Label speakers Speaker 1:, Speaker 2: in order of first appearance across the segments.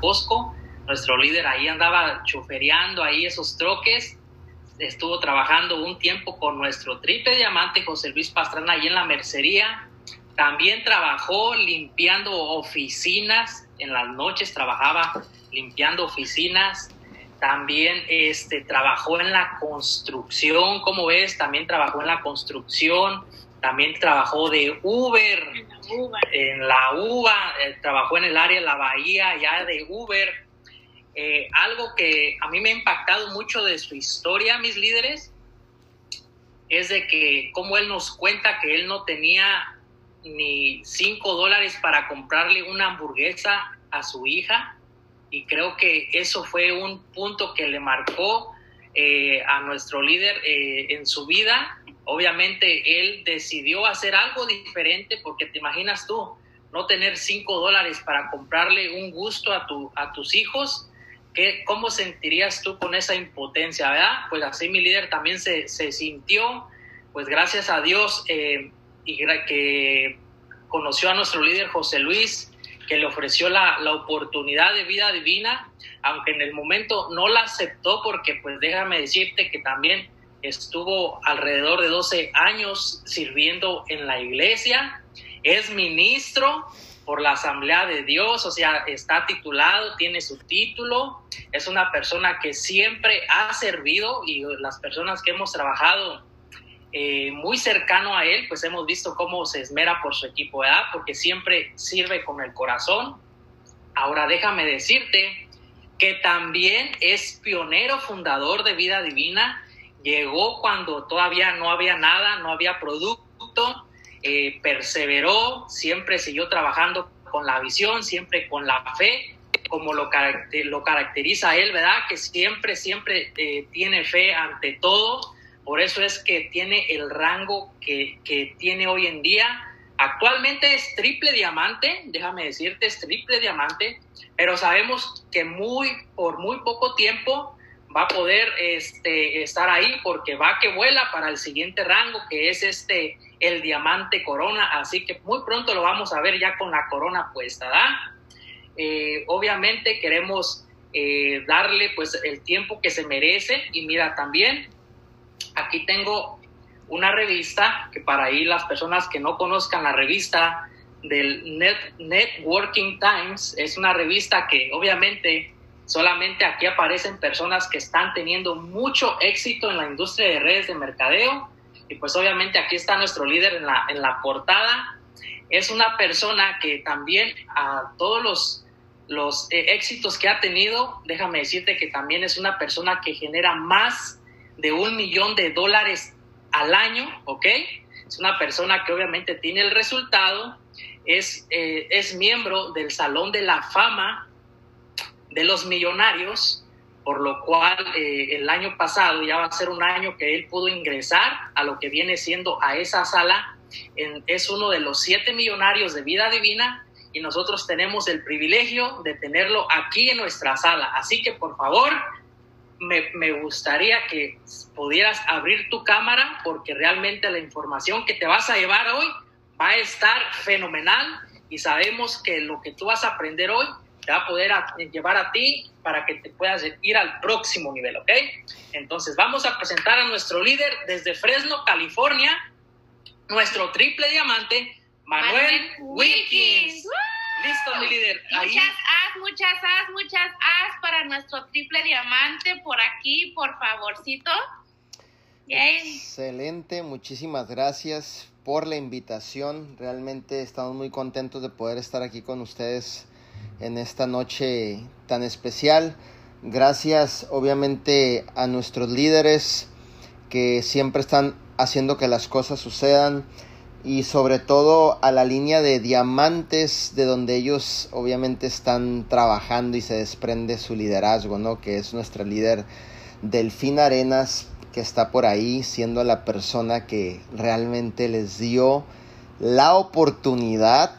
Speaker 1: Costco. Nuestro líder ahí andaba chofereando ahí esos troques. Estuvo trabajando un tiempo con nuestro triple diamante José Luis Pastrana ahí en la mercería. También trabajó limpiando oficinas. En las noches trabajaba limpiando oficinas. También trabajó en la construcción, ¿cómo ves? También trabajó en la construcción. También trabajó de Uber. En la UVA. Trabajó en el área de la bahía ya de Uber. Algo que a mí me ha impactado mucho de su historia, mis líderes, es de que como él nos cuenta que él no tenía ni $5 para comprarle una hamburguesa a su hija, y creo que eso fue un punto que le marcó a nuestro líder en su vida. Obviamente él decidió hacer algo diferente, porque te imaginas tú no tener $5 para comprarle un gusto a tus hijos. ¿Cómo sentirías tú con esa impotencia, verdad? Pues así mi líder también se sintió, pues gracias a Dios, y que conoció a nuestro líder José Luis, que le ofreció la oportunidad de vida divina, aunque en el momento no la aceptó, porque pues déjame decirte que también estuvo alrededor de 12 años sirviendo en la iglesia, es ministro por la Asamblea de Dios, o sea, está titulado, tiene su título, es una persona que siempre ha servido, y las personas que hemos trabajado muy cercano a él, pues hemos visto cómo se esmera por su equipo, ¿verdad? Porque siempre sirve con el corazón. Ahora déjame decirte que también es pionero fundador de Vida Divina. Llegó cuando todavía no había nada, no había producto, perseveró, siempre siguió trabajando con la visión, siempre con la fe, como lo caracteriza a él, ¿verdad? Que siempre tiene fe ante todo. Por eso es que tiene el rango que tiene hoy en día. Actualmente es triple diamante, déjame decirte, es triple diamante, pero sabemos que por muy poco tiempo va a poder estar ahí, porque va que vuela para el siguiente rango, que es el diamante corona. Así que muy pronto lo vamos a ver ya con la corona puesta, ¿verdad? Obviamente queremos darle pues el tiempo que se merece. Y mira, también aquí tengo una revista que, para ahí las personas que no conozcan la revista del Networking Times, es una revista que obviamente solamente aquí aparecen personas que están teniendo mucho éxito en la industria de redes de mercadeo. Y pues obviamente aquí está nuestro líder en la portada. Es una persona que también, a todos los éxitos que ha tenido, déjame decirte que también es una persona que genera más de $1 millón al año, ¿ok? Es una persona que obviamente tiene el resultado, es miembro del Salón de la Fama de los Millonarios, por lo cual el año pasado ya va a ser un año que él pudo ingresar a lo que viene siendo a esa sala. Es uno de los 7 millonarios de Vida Divina, y nosotros tenemos el privilegio de tenerlo aquí en nuestra sala. Así que por favor, me gustaría que pudieras abrir tu cámara, porque realmente la información que te vas a llevar hoy va a estar fenomenal, y sabemos que lo que tú vas a aprender hoy te va a poder llevar a ti para que te puedas ir al próximo nivel, ¿ok? Entonces vamos a presentar a nuestro líder desde Fresno, California, nuestro triple diamante, Manuel Wilkins. Listo, mi líder. Ahí.
Speaker 2: Muchas as para nuestro triple diamante por aquí, por favorcito. Yay.
Speaker 3: Excelente, muchísimas gracias por la invitación. Realmente estamos muy contentos de poder estar aquí con ustedes en esta noche tan especial. Gracias obviamente a nuestros líderes que siempre están haciendo que las cosas sucedan, y sobre todo a la línea de diamantes de donde ellos obviamente están trabajando y se desprende su liderazgo, ¿no? Que es nuestra líder Delfina Arenas, que está por ahí siendo la persona que realmente les dio la oportunidad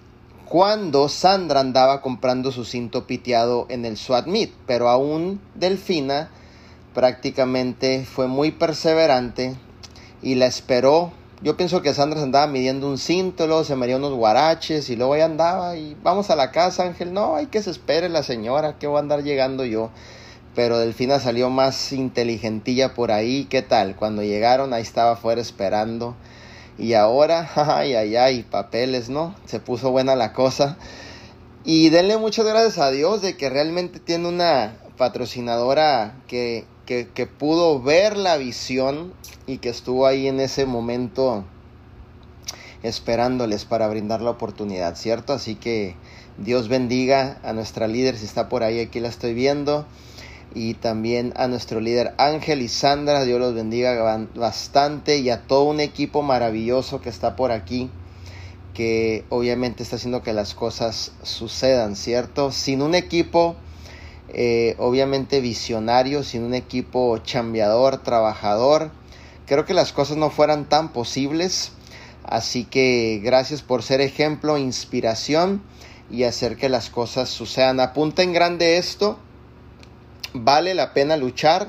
Speaker 3: cuando Sandra andaba comprando su cinto piteado en el SWAT Meet. Pero aún Delfina prácticamente fue muy perseverante y la esperó Yo pienso que Sandra se andaba midiendo un cinto, luego se medía unos guaraches y luego ahí andaba y vamos a la casa, Ángel. No, hay que se espere la señora, que voy a andar llegando yo. Pero Delfina salió más inteligentilla por ahí. ¿Qué tal? Cuando llegaron, ahí estaba afuera esperando. Y ahora, ay, papeles, ¿no? Se puso buena la cosa. Y denle muchas gracias a Dios de que realmente tiene una patrocinadora que pudo ver la visión y que estuvo ahí en ese momento esperándoles para brindar la oportunidad, ¿cierto? Así que Dios bendiga a nuestra líder, si está por ahí, aquí la estoy viendo, y también a nuestro líder Ángel y Sandra. Dios los bendiga bastante, y a todo un equipo maravilloso que está por aquí, que obviamente está haciendo que las cosas sucedan, ¿cierto? Sin un equipo obviamente visionario, sin un equipo chambeador, trabajador, creo que las cosas no fueran tan posibles. Así que gracias por ser ejemplo, inspiración y hacer que las cosas sucedan. Apunta en grande esto: vale la pena luchar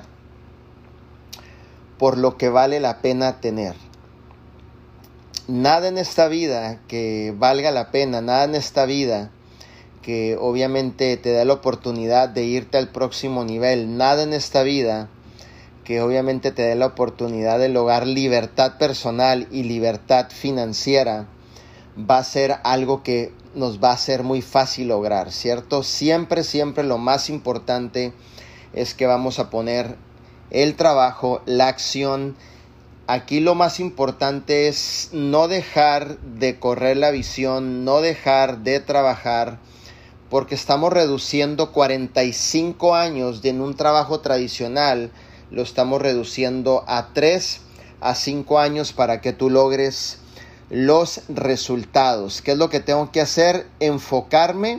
Speaker 3: por lo que vale la pena tener. Nada en esta vida que valga la pena, nada en esta vida que obviamente te da la oportunidad de irte al próximo nivel, nada en esta vida que obviamente te dé la oportunidad de lograr libertad personal y libertad financiera va a ser algo que nos va a ser muy fácil lograr, ¿cierto? Siempre lo más importante es que vamos a poner el trabajo, la acción. Aquí lo más importante es no dejar de correr la visión, no dejar de trabajar, porque estamos reduciendo 45 años en un trabajo tradicional, lo estamos reduciendo a 3 a 5 años para que tú logres los resultados. ¿Qué es lo que tengo que hacer? Enfocarme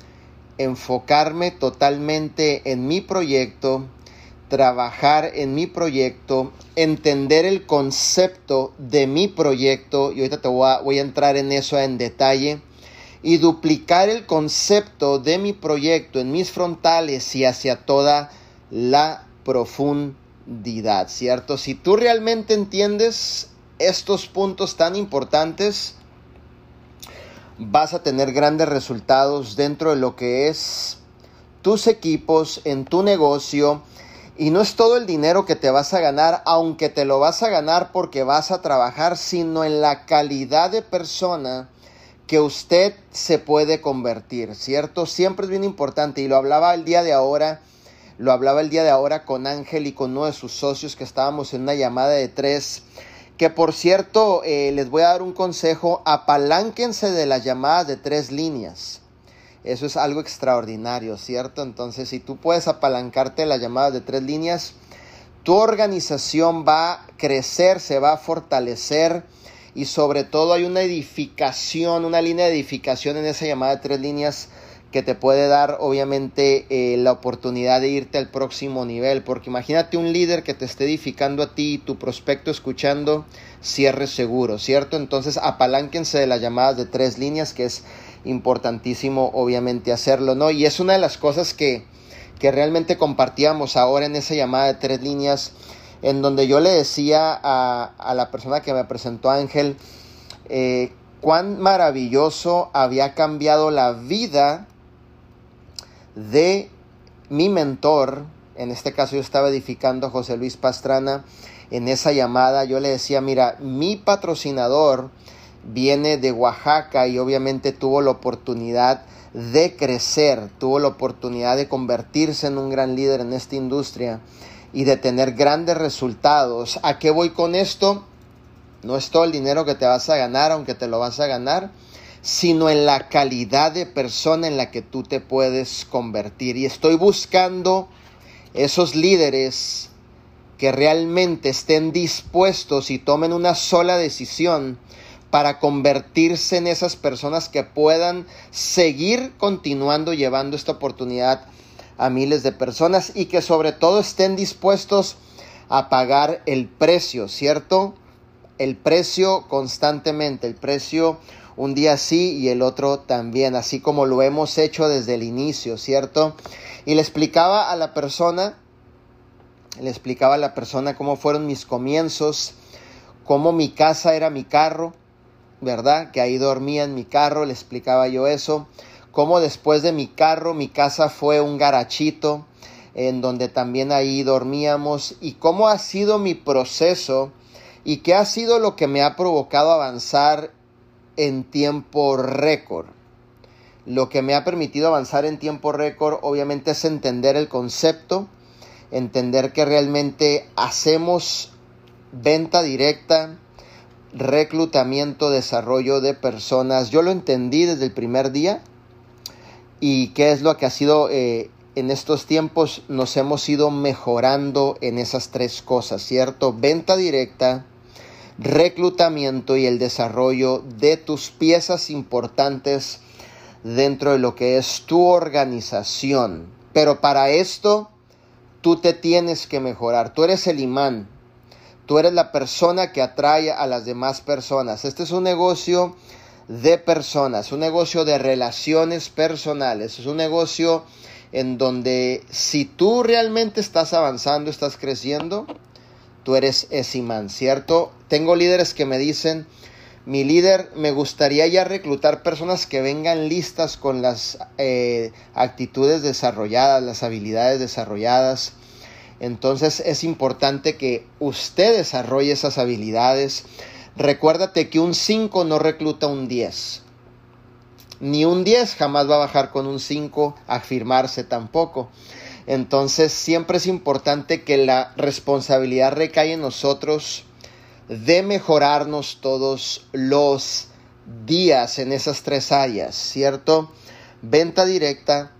Speaker 3: totalmente en mi proyecto, trabajar en mi proyecto, entender el concepto de mi proyecto, y ahorita voy a entrar en eso en detalle, y duplicar el concepto de mi proyecto en mis frontales y hacia toda la profundidad, ¿cierto? Si tú realmente entiendes estos puntos tan importantes, vas a tener grandes resultados dentro de lo que es tus equipos, en tu negocio. Y no es todo el dinero que te vas a ganar, aunque te lo vas a ganar porque vas a trabajar, sino en la calidad de persona que usted se puede convertir, ¿cierto? Siempre es bien importante, y lo hablaba el día de ahora con Ángel y con uno de sus socios, que estábamos en una llamada de 3, que por cierto, les voy a dar un consejo: apalánquense de las llamadas de 3 líneas. Eso es algo extraordinario, ¿cierto? Entonces, si tú puedes apalancarte de las llamadas de 3 líneas, tu organización va a crecer, se va a fortalecer, y sobre todo hay una edificación, una línea de edificación en esa llamada de 3 líneas que te puede dar obviamente la oportunidad de irte al próximo nivel. Porque imagínate un líder que te esté edificando a ti y tu prospecto escuchando, cierre seguro, ¿cierto? Entonces apalánquense de las llamadas de 3 líneas, que es importantísimo obviamente hacerlo, ¿no? Y es una de las cosas que realmente compartíamos ahora en esa llamada de 3 líneas, en donde yo le decía a la persona que me presentó, Ángel, cuán maravilloso había cambiado la vida de mi mentor. En este caso yo estaba edificando a José Luis Pastrana. En esa llamada yo le decía: mira, mi patrocinador viene de Oaxaca y obviamente tuvo la oportunidad de crecer, tuvo la oportunidad de convertirse en un gran líder en esta industria y de tener grandes resultados. ¿A qué voy con esto? No es todo el dinero que te vas a ganar, aunque te lo vas a ganar, sino en la calidad de persona en la que tú te puedes convertir. Y estoy buscando esos líderes que realmente estén dispuestos y tomen una sola decisión para convertirse en esas personas que puedan seguir continuando llevando esta oportunidad a miles de personas, y que sobre todo estén dispuestos a pagar el precio, ¿cierto? El precio constantemente, el precio un día sí y el otro también, así como lo hemos hecho desde el inicio, ¿cierto? Y le explicaba a la persona cómo fueron mis comienzos, cómo mi casa era mi carro, ¿verdad? Que ahí dormía en mi carro, le explicaba yo eso. Cómo después de mi carro, mi casa fue un garachito, en donde también ahí dormíamos. Y cómo ha sido mi proceso y qué ha sido lo que me ha provocado avanzar en tiempo récord. Lo que me ha permitido avanzar en tiempo récord, obviamente, es entender el concepto, entender que realmente hacemos venta directa, reclutamiento, desarrollo de personas. Yo lo entendí desde el primer día. ¿Y qué es lo que ha sido en estos tiempos? Nos hemos ido mejorando en esas tres cosas, ¿cierto? Venta directa, reclutamiento y el desarrollo de tus piezas importantes dentro de lo que es tu organización. Pero para esto, tú te tienes que mejorar. Tú eres el imán. Tú eres la persona que atrae a las demás personas. Este es un negocio de personas, un negocio de relaciones personales. Es un negocio en donde si tú realmente estás avanzando, estás creciendo, tú eres ese imán, ¿cierto? Tengo líderes que me dicen, mi líder, me gustaría ya reclutar personas que vengan listas con las actitudes desarrolladas, las habilidades desarrolladas. Entonces es importante que usted desarrolle esas habilidades. Recuérdate que un 5 no recluta un 10. Ni un 10 jamás va a bajar con un 5 a firmarse tampoco. Entonces siempre es importante que la responsabilidad recae en nosotros de mejorarnos todos los días en esas tres áreas, ¿cierto? Venta directa,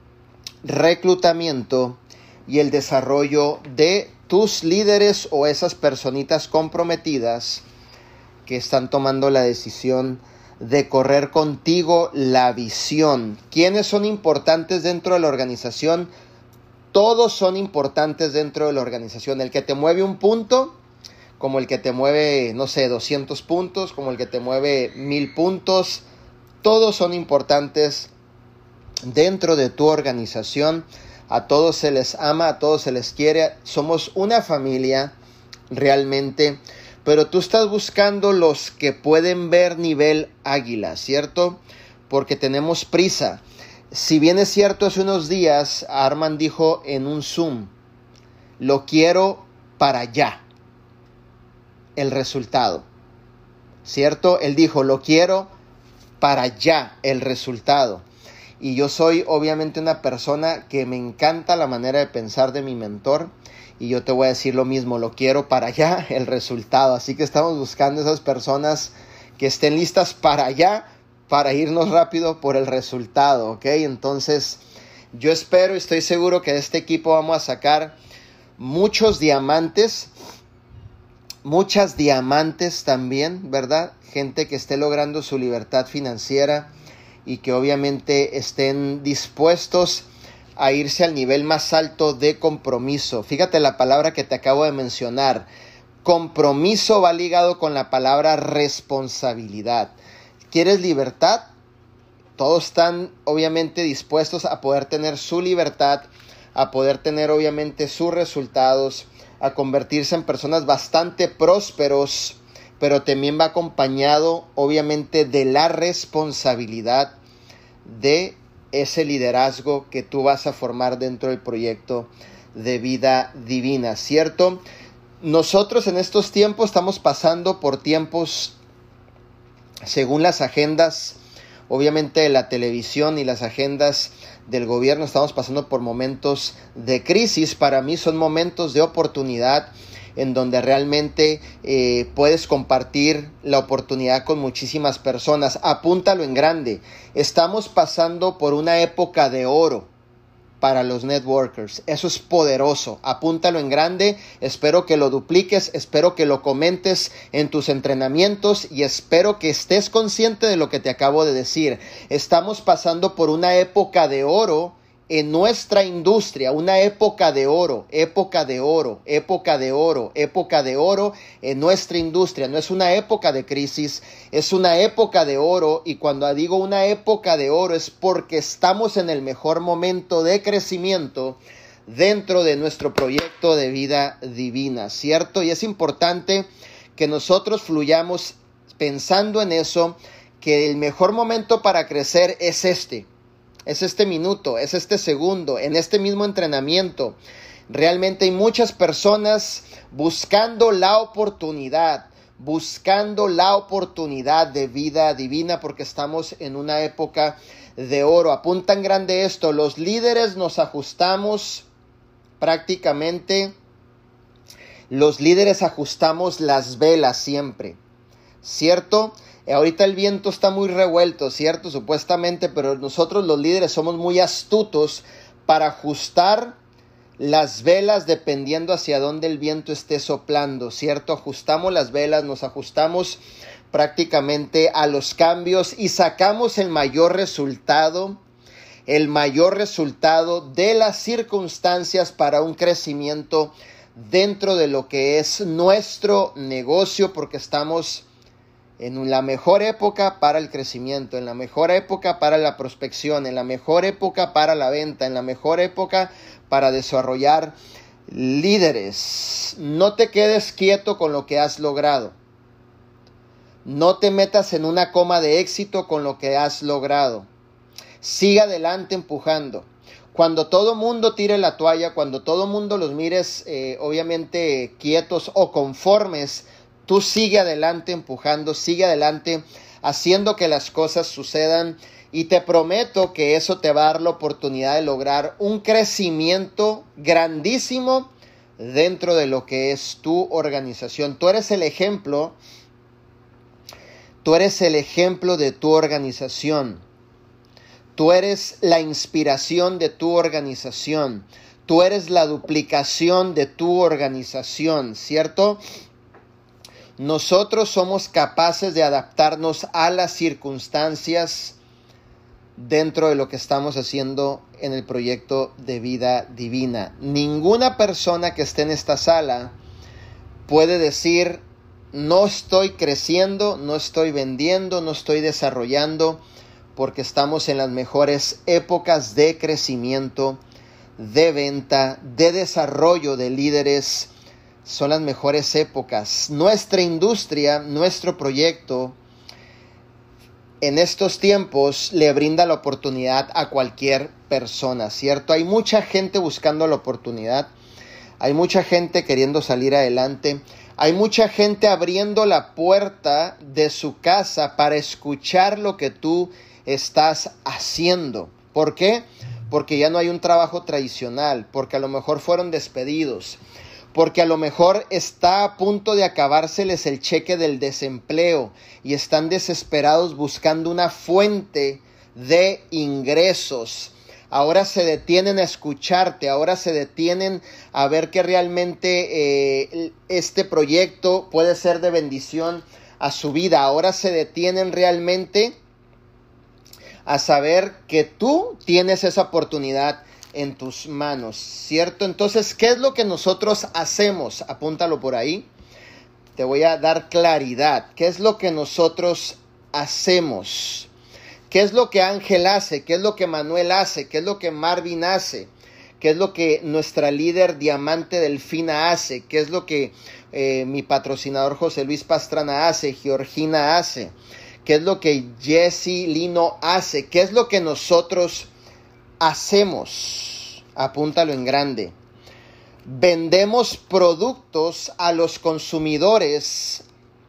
Speaker 3: reclutamiento y el desarrollo de tus líderes o esas personitas comprometidas que están tomando la decisión de correr contigo la visión. ¿Quiénes son importantes dentro de la organización? Todos son importantes dentro de la organización. El que te mueve un punto, como el que te mueve, 200 puntos, como el que te mueve 1000 puntos. Todos son importantes dentro de tu organización. A todos se les ama, a todos se les quiere. Somos una familia realmente. Pero tú estás buscando los que pueden ver nivel águila, ¿cierto? Porque tenemos prisa. Si bien es cierto, hace unos días Arman dijo en un Zoom, lo quiero para ya, el resultado, ¿cierto? Él dijo, lo quiero para ya, el resultado. Y yo soy obviamente una persona que me encanta la manera de pensar de mi mentor. Y yo te voy a decir lo mismo, lo quiero para allá, el resultado. Así que estamos buscando esas personas que estén listas para allá, para irnos rápido por el resultado, ¿ok? Entonces, yo espero y estoy seguro que de este equipo vamos a sacar muchos diamantes, muchas diamantes también, ¿verdad? Gente que esté logrando su libertad financiera y que obviamente estén dispuestos a irse al nivel más alto de compromiso. Fíjate la palabra que te acabo de mencionar. Compromiso va ligado con la palabra responsabilidad. ¿Quieres libertad? Todos están obviamente dispuestos a poder tener su libertad, a poder tener obviamente sus resultados, a convertirse en personas bastante prósperos, pero también va acompañado obviamente de la responsabilidad de ese liderazgo que tú vas a formar dentro del proyecto de vida divina, ¿cierto? Nosotros en estos tiempos estamos pasando por tiempos, según las agendas, obviamente de la televisión y las agendas del gobierno, estamos pasando por momentos de crisis. Para mí son momentos de oportunidad en donde realmente puedes compartir la oportunidad con muchísimas personas. Apúntalo en grande. Estamos pasando por una época de oro para los networkers. Eso es poderoso. Apúntalo en grande. Espero que lo dupliques. Espero que lo comentes en tus entrenamientos y espero que estés consciente de lo que te acabo de decir. Estamos pasando por una época de oro en nuestra industria, una época de oro, época de oro, época de oro, época de oro en nuestra industria. No es una época de crisis, es una época de oro. Y cuando digo una época de oro es porque estamos en el mejor momento de crecimiento dentro de nuestro proyecto de vida divina, ¿cierto? Y es importante que nosotros fluyamos pensando en eso, que el mejor momento para crecer es este minuto, es este segundo, en este mismo entrenamiento. Realmente hay muchas personas buscando la oportunidad de vida divina, porque estamos en una época de oro. Apunta en grande esto: los líderes nos ajustamos prácticamente, los líderes ajustamos las velas siempre, ¿cierto? Ahorita el viento está muy revuelto, ¿cierto? Supuestamente, pero nosotros los líderes somos muy astutos para ajustar las velas dependiendo hacia dónde el viento esté soplando, ¿cierto? Ajustamos las velas, nos ajustamos prácticamente a los cambios y sacamos el mayor resultado de las circunstancias para un crecimiento dentro de lo que es nuestro negocio, porque estamos en la mejor época para el crecimiento, en la mejor época para la prospección, en la mejor época para la venta, en la mejor época para desarrollar líderes. No te quedes quieto con lo que has logrado. No te metas en una coma de éxito con lo que has logrado. Sigue adelante empujando. Cuando todo mundo tire la toalla, cuando todo mundo los mires obviamente quietos o conformes, tú sigue adelante empujando, sigue adelante haciendo que las cosas sucedan, y te prometo que eso te va a dar la oportunidad de lograr un crecimiento grandísimo dentro de lo que es tu organización. Tú eres el ejemplo de tu organización. Tú eres la inspiración de tu organización. Tú eres la duplicación de tu organización, ¿cierto? Nosotros somos capaces de adaptarnos a las circunstancias dentro de lo que estamos haciendo en el proyecto de vida divina. Ninguna persona que esté en esta sala puede decir: no estoy creciendo, no estoy vendiendo, no estoy desarrollando, porque estamos en las mejores épocas de crecimiento, de venta, de desarrollo de líderes. Son las mejores épocas. Nuestra industria, nuestro proyecto, en estos tiempos le brinda la oportunidad a cualquier persona, ¿cierto? Hay mucha gente buscando la oportunidad. Hay mucha gente queriendo salir adelante. Hay mucha gente abriendo la puerta de su casa para escuchar lo que tú estás haciendo. ¿Por qué? Porque ya no hay un trabajo tradicional, porque a lo mejor fueron despedidos, porque a lo mejor está a punto de acabárseles el cheque del desempleo y están desesperados buscando una fuente de ingresos. Ahora se detienen a escucharte, ahora se detienen a ver que realmente este proyecto puede ser de bendición a su vida. Ahora se detienen realmente a saber que tú tienes esa oportunidad en tus manos, ¿cierto? Entonces, ¿qué es lo que nosotros hacemos? Apúntalo por ahí. Te voy a dar claridad. ¿Qué es lo que nosotros hacemos? ¿Qué es lo que Ángel hace? ¿Qué es lo que Manuel hace? ¿Qué es lo que Marvin hace? ¿Qué es lo que nuestra líder Diamante Delfina hace? ¿Qué es lo que mi patrocinador José Luis Pastrana hace? Georgina hace. ¿Qué es lo que Jesse Lino hace? ¿Qué es lo que nosotros hacemos? Apúntalo en grande. Vendemos productos a los consumidores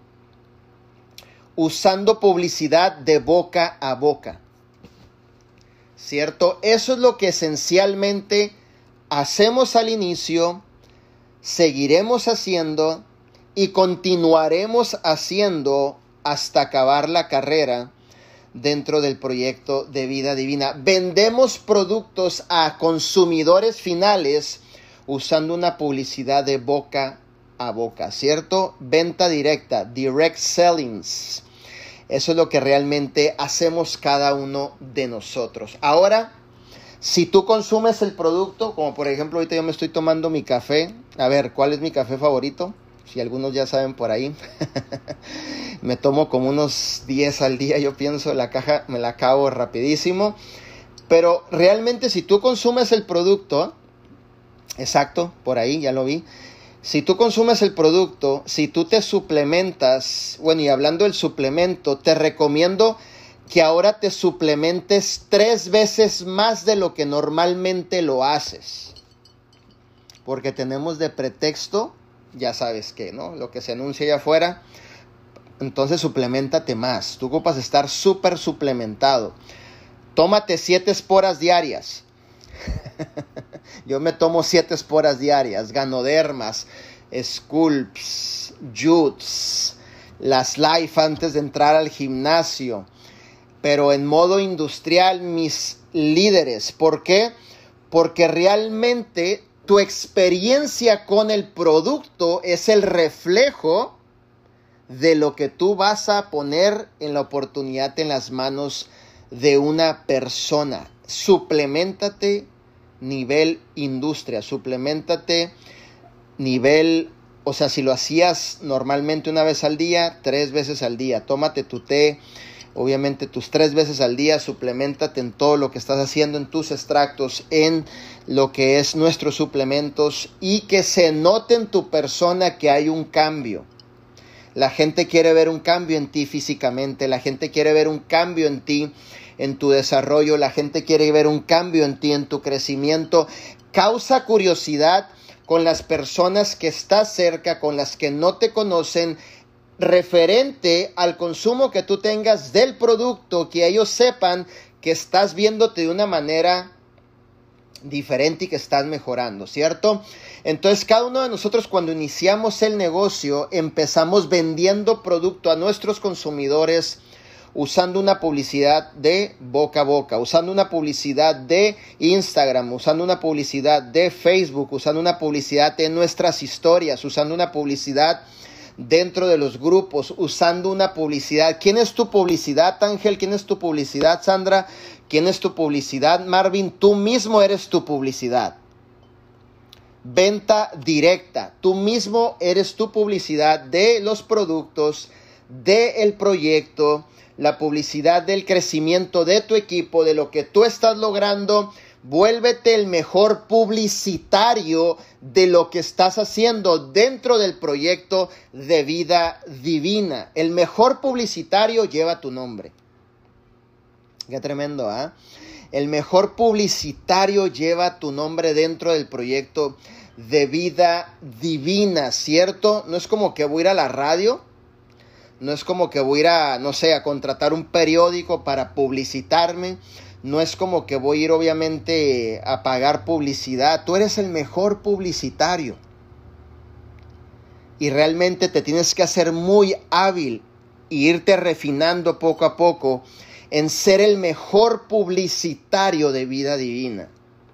Speaker 3: usando publicidad de boca a boca, ¿cierto? Eso es lo que esencialmente hacemos al inicio, seguiremos haciendo y continuaremos haciendo hasta acabar la carrera dentro del proyecto de vida divina. Vendemos productos a consumidores finales usando una publicidad de boca a boca, ¿cierto? Venta directa, direct sellings. Eso es lo que realmente hacemos cada uno de nosotros. Ahora, si tú consumes el producto, como por ejemplo ahorita yo me estoy tomando mi café. A ver, ¿cuál es mi café favorito? Si algunos ya saben por ahí. Me tomo como unos 10 al día, yo pienso. La caja me la acabo rapidísimo. Pero realmente si tú consumes el producto, exacto, por ahí ya lo vi. Si tú consumes el producto, si tú te suplementas, bueno, y hablando del suplemento, te recomiendo que ahora te suplementes 3 veces más de lo que normalmente lo haces. Porque tenemos de pretexto, ya sabes qué, ¿no? Lo que se anuncia allá afuera. Entonces supleméntate más. Tú ocupas estar súper suplementado. Tómate 7 esporas diarias. Yo me tomo 7 esporas diarias. Ganodermas, Sculpts, Jutes, las Life antes de entrar al gimnasio. Pero en modo industrial, mis líderes. ¿Por qué? Porque realmente tu experiencia con el producto es el reflejo de lo que tú vas a poner en la oportunidad en las manos de una persona. Supleméntate nivel industria, supleméntate nivel, o sea, si lo hacías normalmente una vez al día, 3 veces al día. Tómate tu té, obviamente tus 3 veces al día, supleméntate en todo lo que estás haciendo, en tus extractos, en lo que es nuestros suplementos, y que se note en tu persona que hay un cambio. La gente quiere ver un cambio en ti físicamente, la gente quiere ver un cambio en ti, en tu desarrollo, la gente quiere ver un cambio en ti, en tu crecimiento. Causa curiosidad con las personas que estás cerca, con las que no te conocen, referente al consumo que tú tengas del producto, que ellos sepan que estás viéndote de una manera diferente y que estás mejorando, ¿cierto? Entonces, cada uno de nosotros, cuando iniciamos el negocio, empezamos vendiendo producto a nuestros consumidores, usando una publicidad de boca a boca, usando una publicidad de Instagram, usando una publicidad de Facebook, usando una publicidad en nuestras historias, usando una publicidad dentro de los grupos, usando una publicidad. ¿Quién es tu publicidad, Ángel? ¿Quién es tu publicidad, Sandra? ¿Quién es tu publicidad, Marvin? Tú mismo eres tu publicidad. Venta directa. Tú mismo eres tu publicidad de los productos, del proyecto, la publicidad del crecimiento de tu equipo, de lo que tú estás logrando. Vuélvete el mejor publicitario de lo que estás haciendo dentro del proyecto de Vida Divina. El mejor publicitario lleva tu nombre. Qué tremendo, ¿ah? El mejor publicitario lleva tu nombre dentro del proyecto de Vida Divina, ¿cierto? No es como que voy a ir a la radio. No es como que voy a ir a, no sé, a contratar un periódico para publicitarme. No es como que voy a ir, obviamente, a pagar publicidad. Tú eres el mejor publicitario. Y realmente te tienes que hacer muy hábil e irte refinando poco a poco en ser el mejor publicitario de Vida Divina.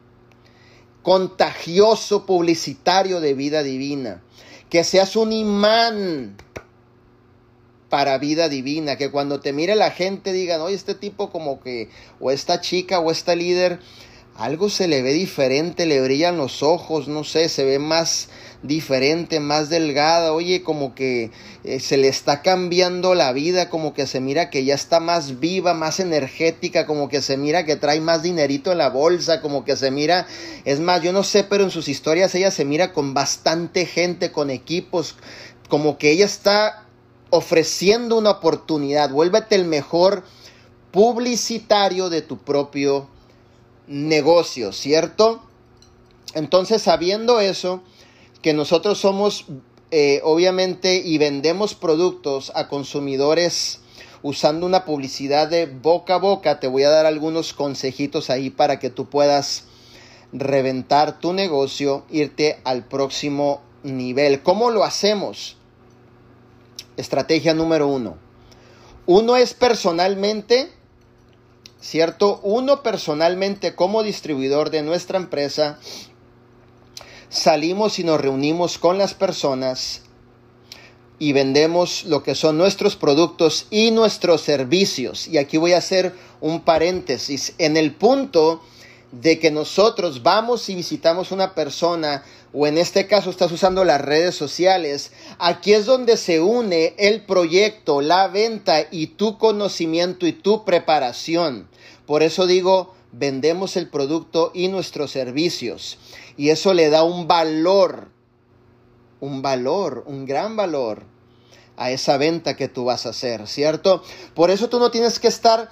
Speaker 3: Contagioso publicitario de Vida Divina. Que seas un imán para Vida Divina, que cuando te mire la gente digan, oye, este tipo como que, o esta chica, o esta líder, algo se le ve diferente, le brillan los ojos, no sé, se ve más diferente, más delgada, oye, como que se le está cambiando la vida, como que se mira que ya está más viva, más energética, como que se mira que trae más dinerito en la bolsa, como que se mira, es más, yo no sé, pero en sus historias ella se mira con bastante gente, con equipos, como que ella está ofreciendo una oportunidad. Vuélvete el mejor publicitario de tu propio negocio, ¿cierto? Entonces, sabiendo eso, que nosotros somos obviamente y vendemos productos a consumidores usando una publicidad de boca a boca, te voy a dar algunos consejitos ahí para que tú puedas reventar tu negocio, irte al próximo nivel. ¿Cómo lo hacemos? Estrategia número 1. Uno es personalmente, ¿cierto? Uno personalmente como distribuidor de nuestra empresa, salimos y nos reunimos con las personas y vendemos lo que son nuestros productos y nuestros servicios. Y aquí voy a hacer un paréntesis. En el punto de que nosotros vamos y visitamos una persona, o en este caso estás usando las redes sociales, aquí es donde se une el proyecto, la venta y tu conocimiento y tu preparación. Por eso digo, vendemos el producto y nuestros servicios. Y eso le da un valor un valor, un gran valor a esa venta que tú vas a hacer, ¿cierto? Por eso tú no tienes que estar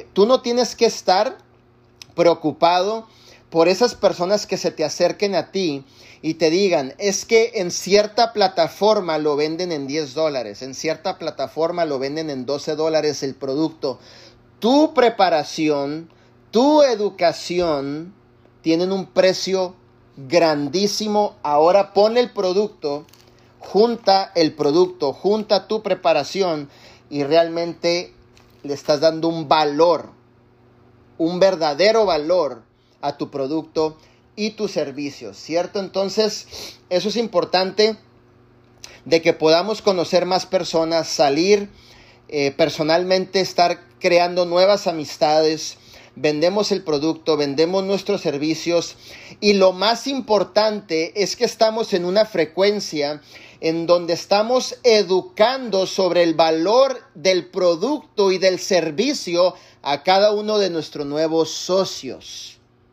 Speaker 3: preocupado por esas personas que se te acerquen a ti y te digan, es que en cierta plataforma lo venden en $10, en cierta plataforma lo venden en $12 el producto. Tu preparación, tu educación tienen un precio grandísimo. Ahora pon el producto, junta tu preparación y realmente le estás dando un valor, un verdadero valor a tu producto y tus servicios, ¿cierto? Entonces, eso es importante de que podamos conocer más personas, salir personalmente, estar creando nuevas amistades. Vendemos el producto, vendemos nuestros servicios y lo más importante es que estamos en una frecuencia en donde estamos educando sobre el valor del producto y del servicio a cada uno de nuestros nuevos socios.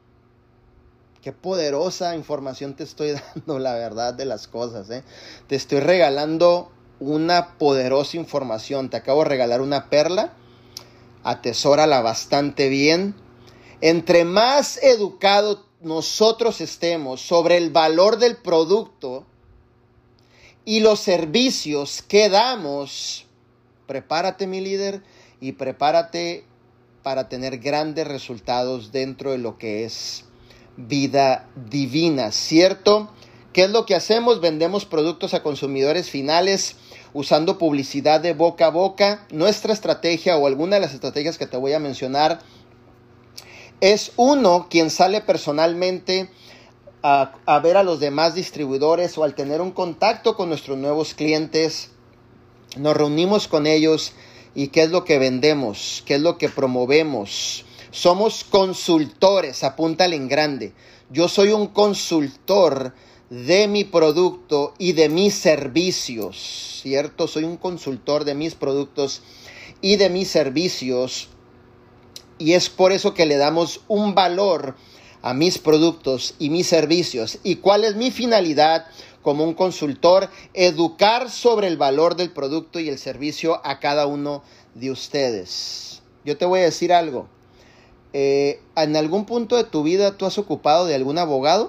Speaker 3: Qué poderosa información te estoy dando, la verdad de las cosas, ¿eh? Te estoy regalando una poderosa información. Te acabo de regalar una perla. Atesórala bastante bien. Entre más educados nosotros estemos sobre el valor del producto y los servicios que damos, prepárate, mi líder, y prepárate para tener grandes resultados dentro de lo que es vida divina, ¿cierto? ¿Qué es lo que hacemos? Vendemos productos a consumidores finales usando publicidad de boca a boca. Nuestra estrategia o alguna de las estrategias que te voy a mencionar es uno, quien sale personalmente a ver a los demás distribuidores o al tener un contacto con nuestros nuevos clientes, nos reunimos con ellos y ¿qué es lo que vendemos? ¿Qué es lo que promovemos? Somos consultores, apúntale en grande. Yo soy un consultor de mi producto y de mis servicios, ¿cierto? Soy un consultor de mis productos y de mis servicios. Y es por eso que le damos un valor a mis productos y mis servicios. ¿Y cuál es mi finalidad como un consultor? Educar sobre el valor del producto y el servicio a cada uno de ustedes. Yo te voy a decir algo. ¿En algún punto de tu vida tú has ocupado de algún abogado?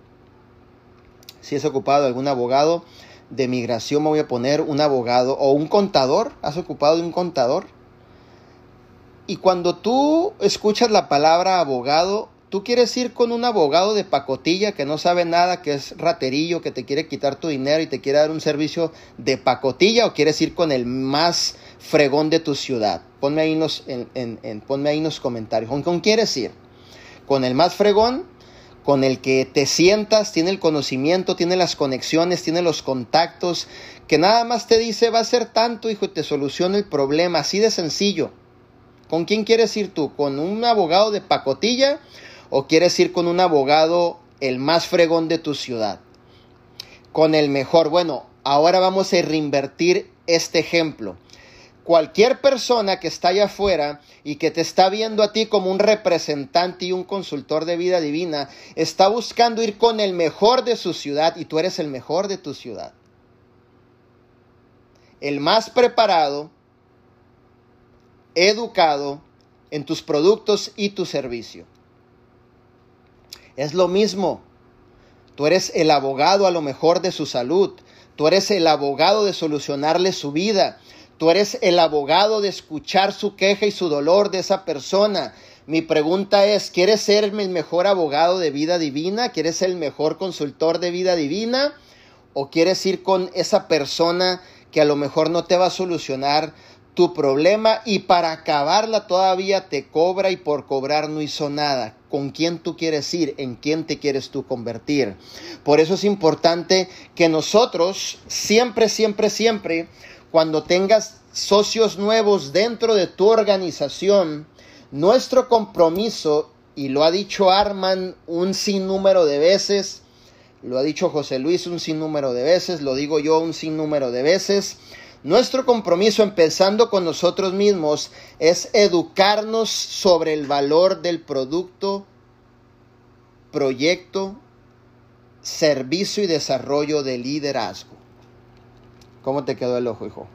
Speaker 3: Si has ocupado de algún abogado de migración, me voy a poner un abogado o un contador. ¿Has ocupado de un contador? Y cuando tú escuchas la palabra abogado, tú quieres ir con un abogado de pacotilla que no sabe nada, que es raterillo, que te quiere quitar tu dinero y te quiere dar un servicio de pacotilla, o quieres ir con el más fregón de tu ciudad. Ponme ahí en los comentarios. ¿Con quién quieres ir? ¿Con el más fregón? ¿Con el que te sientas, tiene el conocimiento, tiene las conexiones, tiene los contactos, que nada más te dice va a ser tanto, hijo, y te soluciona el problema, así de sencillo? ¿Con quién quieres ir tú? ¿Con un abogado de pacotilla o quieres ir con un abogado el más fregón de tu ciudad? Con el mejor. Bueno, ahora vamos a reinvertir este ejemplo. Cualquier persona que está allá afuera y que te está viendo a ti como un representante y un consultor de vida divina, está buscando ir con el mejor de su ciudad y tú eres el mejor de tu ciudad. El más preparado, educado en tus productos y tu servicio. Es lo mismo. Tú eres el abogado a lo mejor de su salud. Tú eres el abogado de solucionarle su vida. Tú eres el abogado de escuchar su queja y su dolor de esa persona. Mi pregunta es, ¿quieres ser el mejor abogado de vida divina? ¿Quieres ser el mejor consultor de vida divina? ¿O quieres ir con esa persona que a lo mejor no te va a solucionar tu problema y para acabarla todavía te cobra y por cobrar no hizo nada? ¿Con quién tú quieres ir? ¿En quién te quieres tú convertir? Por eso es importante que nosotros siempre, cuando tengas socios nuevos dentro de tu organización, nuestro compromiso, y lo ha dicho Arman un sinnúmero de veces, lo ha dicho José Luis un sinnúmero de veces, lo digo yo un sinnúmero de veces, nuestro compromiso, empezando con nosotros mismos, es educarnos sobre el valor del producto, proyecto, servicio y desarrollo de liderazgo. ¿Cómo te quedó el ojo, hijo?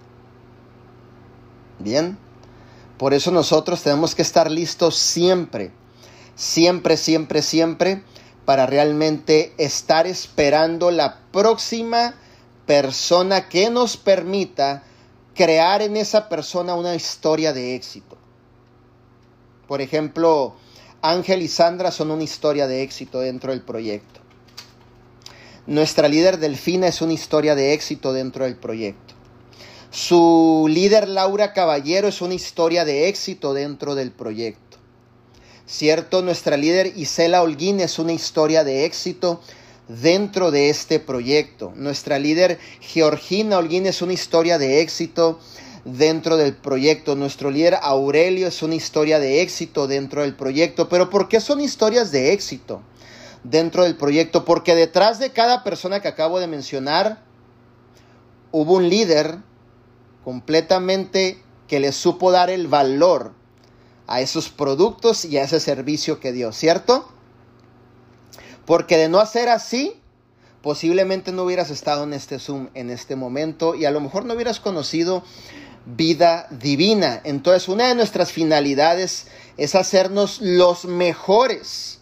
Speaker 3: Bien. Por eso nosotros tenemos que estar listos siempre, siempre, siempre, siempre, para realmente estar esperando la próxima persona que nos permita crear en esa persona una historia de éxito. Por ejemplo, Ángel y Sandra son una historia de éxito dentro del proyecto. Nuestra líder Delfina es una historia de éxito dentro del proyecto. Su líder Laura Caballero es una historia de éxito dentro del proyecto. ¿Cierto? Nuestra líder Isela Holguín es una historia de éxito dentro de este proyecto. Nuestra líder Georgina Holguín es una historia de éxito dentro del proyecto. Nuestro líder Aurelio es una historia de éxito dentro del proyecto. ¿Pero por qué son historias de éxito dentro del proyecto? Porque detrás de cada persona que acabo de mencionar hubo un líder completamente que le supo dar el valor a esos productos y a ese servicio que dio, ¿cierto? Porque de no hacer así, posiblemente no hubieras estado en este Zoom en este momento y a lo mejor no hubieras conocido Vida Divina. Entonces, una de nuestras finalidades es hacernos los mejores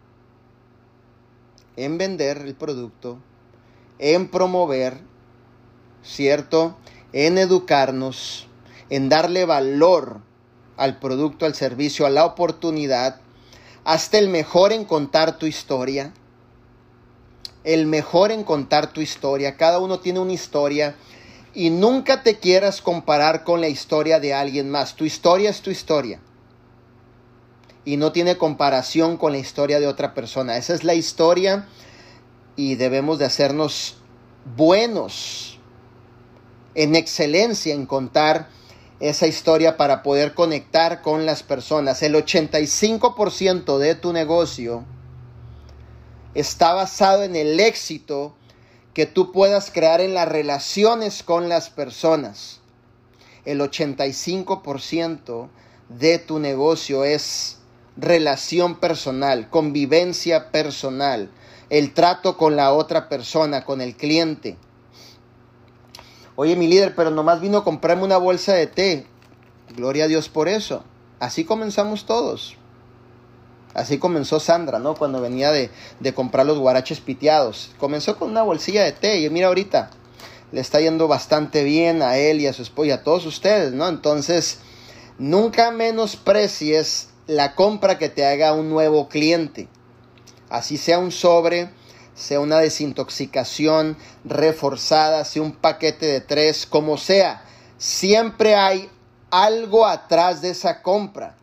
Speaker 3: en vender el producto, en promover, ¿cierto? En educarnos, en darle valor al producto, al servicio, a la oportunidad. Hazte el mejor en contar tu historia. El mejor en contar tu historia. Cada uno tiene una historia y nunca te quieras comparar con la historia de alguien más. Tu historia es tu historia y no tiene comparación con la historia de otra persona. Esa es la historia y debemos de hacernos buenos en excelencia en contar esa historia para poder conectar con las personas. El 85% de tu negocio está basado en el éxito que tú puedas crear en las relaciones con las personas. El 85% de tu negocio es relación personal, convivencia personal, el trato con la otra persona, con el cliente. Oye, mi líder, pero nomás vino a comprarme una bolsa de té. Gloria a Dios por eso. Así comenzamos todos. Así comenzó Sandra, ¿no? Cuando venía de comprar los guaraches piteados. Comenzó con una bolsilla de té y mira ahorita, le está yendo bastante bien a él y a su esposa y a todos ustedes, ¿no? Entonces, nunca menosprecies la compra que te haga un nuevo cliente. Así sea un sobre, sea una desintoxicación reforzada, sea un paquete de 3, como sea. Siempre hay algo atrás de esa compra.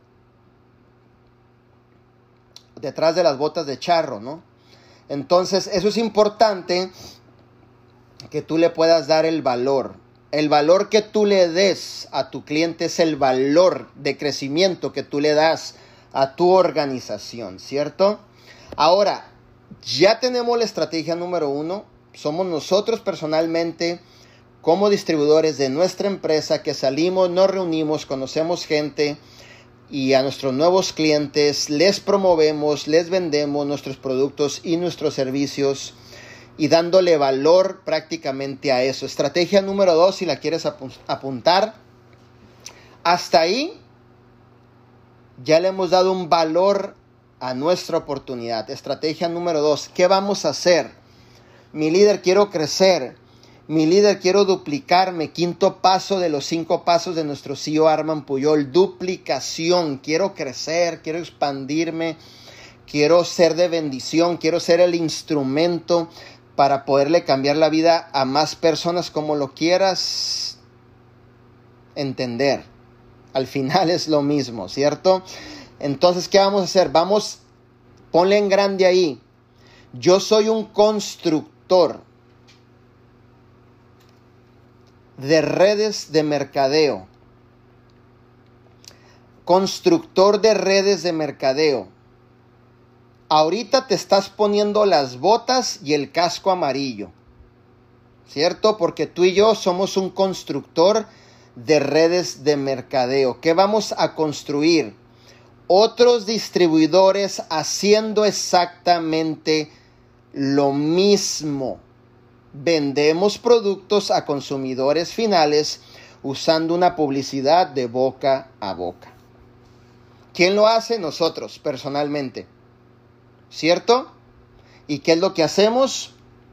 Speaker 3: Detrás de las botas de charro, ¿no? Entonces, eso es importante que tú le puedas dar el valor. El valor que tú le des a tu cliente es el valor de crecimiento que tú le das a tu organización, ¿cierto? Ahora, ya tenemos la estrategia número 1. Somos nosotros personalmente como distribuidores de nuestra empresa que salimos, nos reunimos, conocemos gente y a nuestros nuevos clientes les promovemos, les vendemos nuestros productos y nuestros servicios y dándole valor prácticamente a eso. Estrategia número 2, si la quieres apuntar. Hasta ahí ya le hemos dado un valor a nuestra oportunidad. Estrategia número 2, ¿qué vamos a hacer? Mi líder, quiero crecer. Mi líder, quiero duplicarme. 5º paso de los 5 pasos de nuestro CEO Arman Puyol. Duplicación. Quiero crecer, quiero expandirme, quiero ser de bendición, quiero ser el instrumento para poderle cambiar la vida a más personas, como lo quieras entender. Al final es lo mismo, ¿cierto? Entonces, ¿qué vamos a hacer? Ponle en grande ahí. Yo soy un constructor de redes de mercadeo. Constructor de redes de mercadeo. Ahorita te estás poniendo las botas y el casco amarillo, ¿cierto? Porque tú y yo somos un constructor de redes de mercadeo. ¿Qué vamos a construir? Otros distribuidores haciendo exactamente lo mismo. Vendemos productos a consumidores finales usando una publicidad de boca a boca. ¿Quién lo hace? Nosotros, personalmente. ¿Cierto? ¿Y qué es lo que hacemos?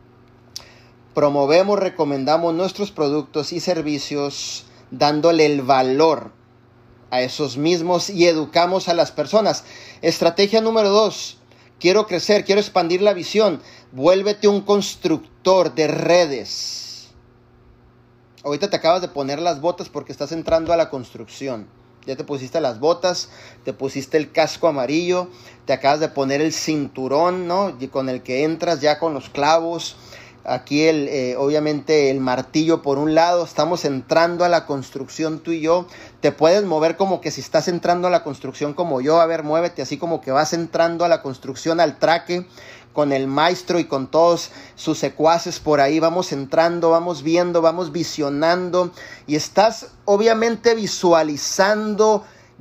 Speaker 3: Promovemos, recomendamos nuestros productos y servicios dándole el valor a esos mismos y educamos a las personas. Estrategia número 2. Quiero crecer, quiero expandir la visión. Vuélvete un constructor de redes. Ahorita te acabas de poner las botas porque estás entrando a la construcción. Ya te pusiste las botas, te pusiste el casco amarillo, te acabas de poner el cinturón, ¿no? Y con el que entras ya con los clavos. Aquí obviamente el martillo por un lado. Estamos entrando a la construcción tú y yo. Te puedes mover como que si estás entrando a la construcción como yo. A ver, muévete así como que vas entrando a la construcción, al traque, con el maestro y con todos sus secuaces por ahí. Vamos entrando, vamos viendo, vamos visionando. Y estás obviamente visualizando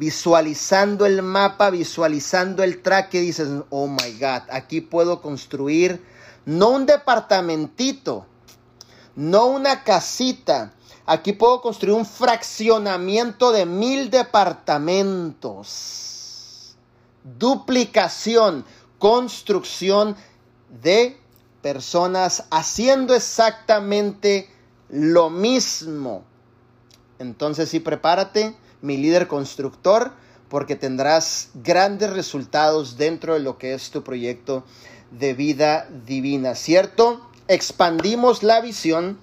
Speaker 3: el mapa, visualizando el traque. Dices, oh my God, aquí puedo construir no un departamentito, no una casita. Aquí puedo construir un fraccionamiento de 1000 departamentos. Duplicación, construcción de personas haciendo exactamente lo mismo. Entonces sí, prepárate, mi líder constructor, porque tendrás grandes resultados dentro de lo que es tu proyecto de vida divina, ¿cierto? Expandimos la visión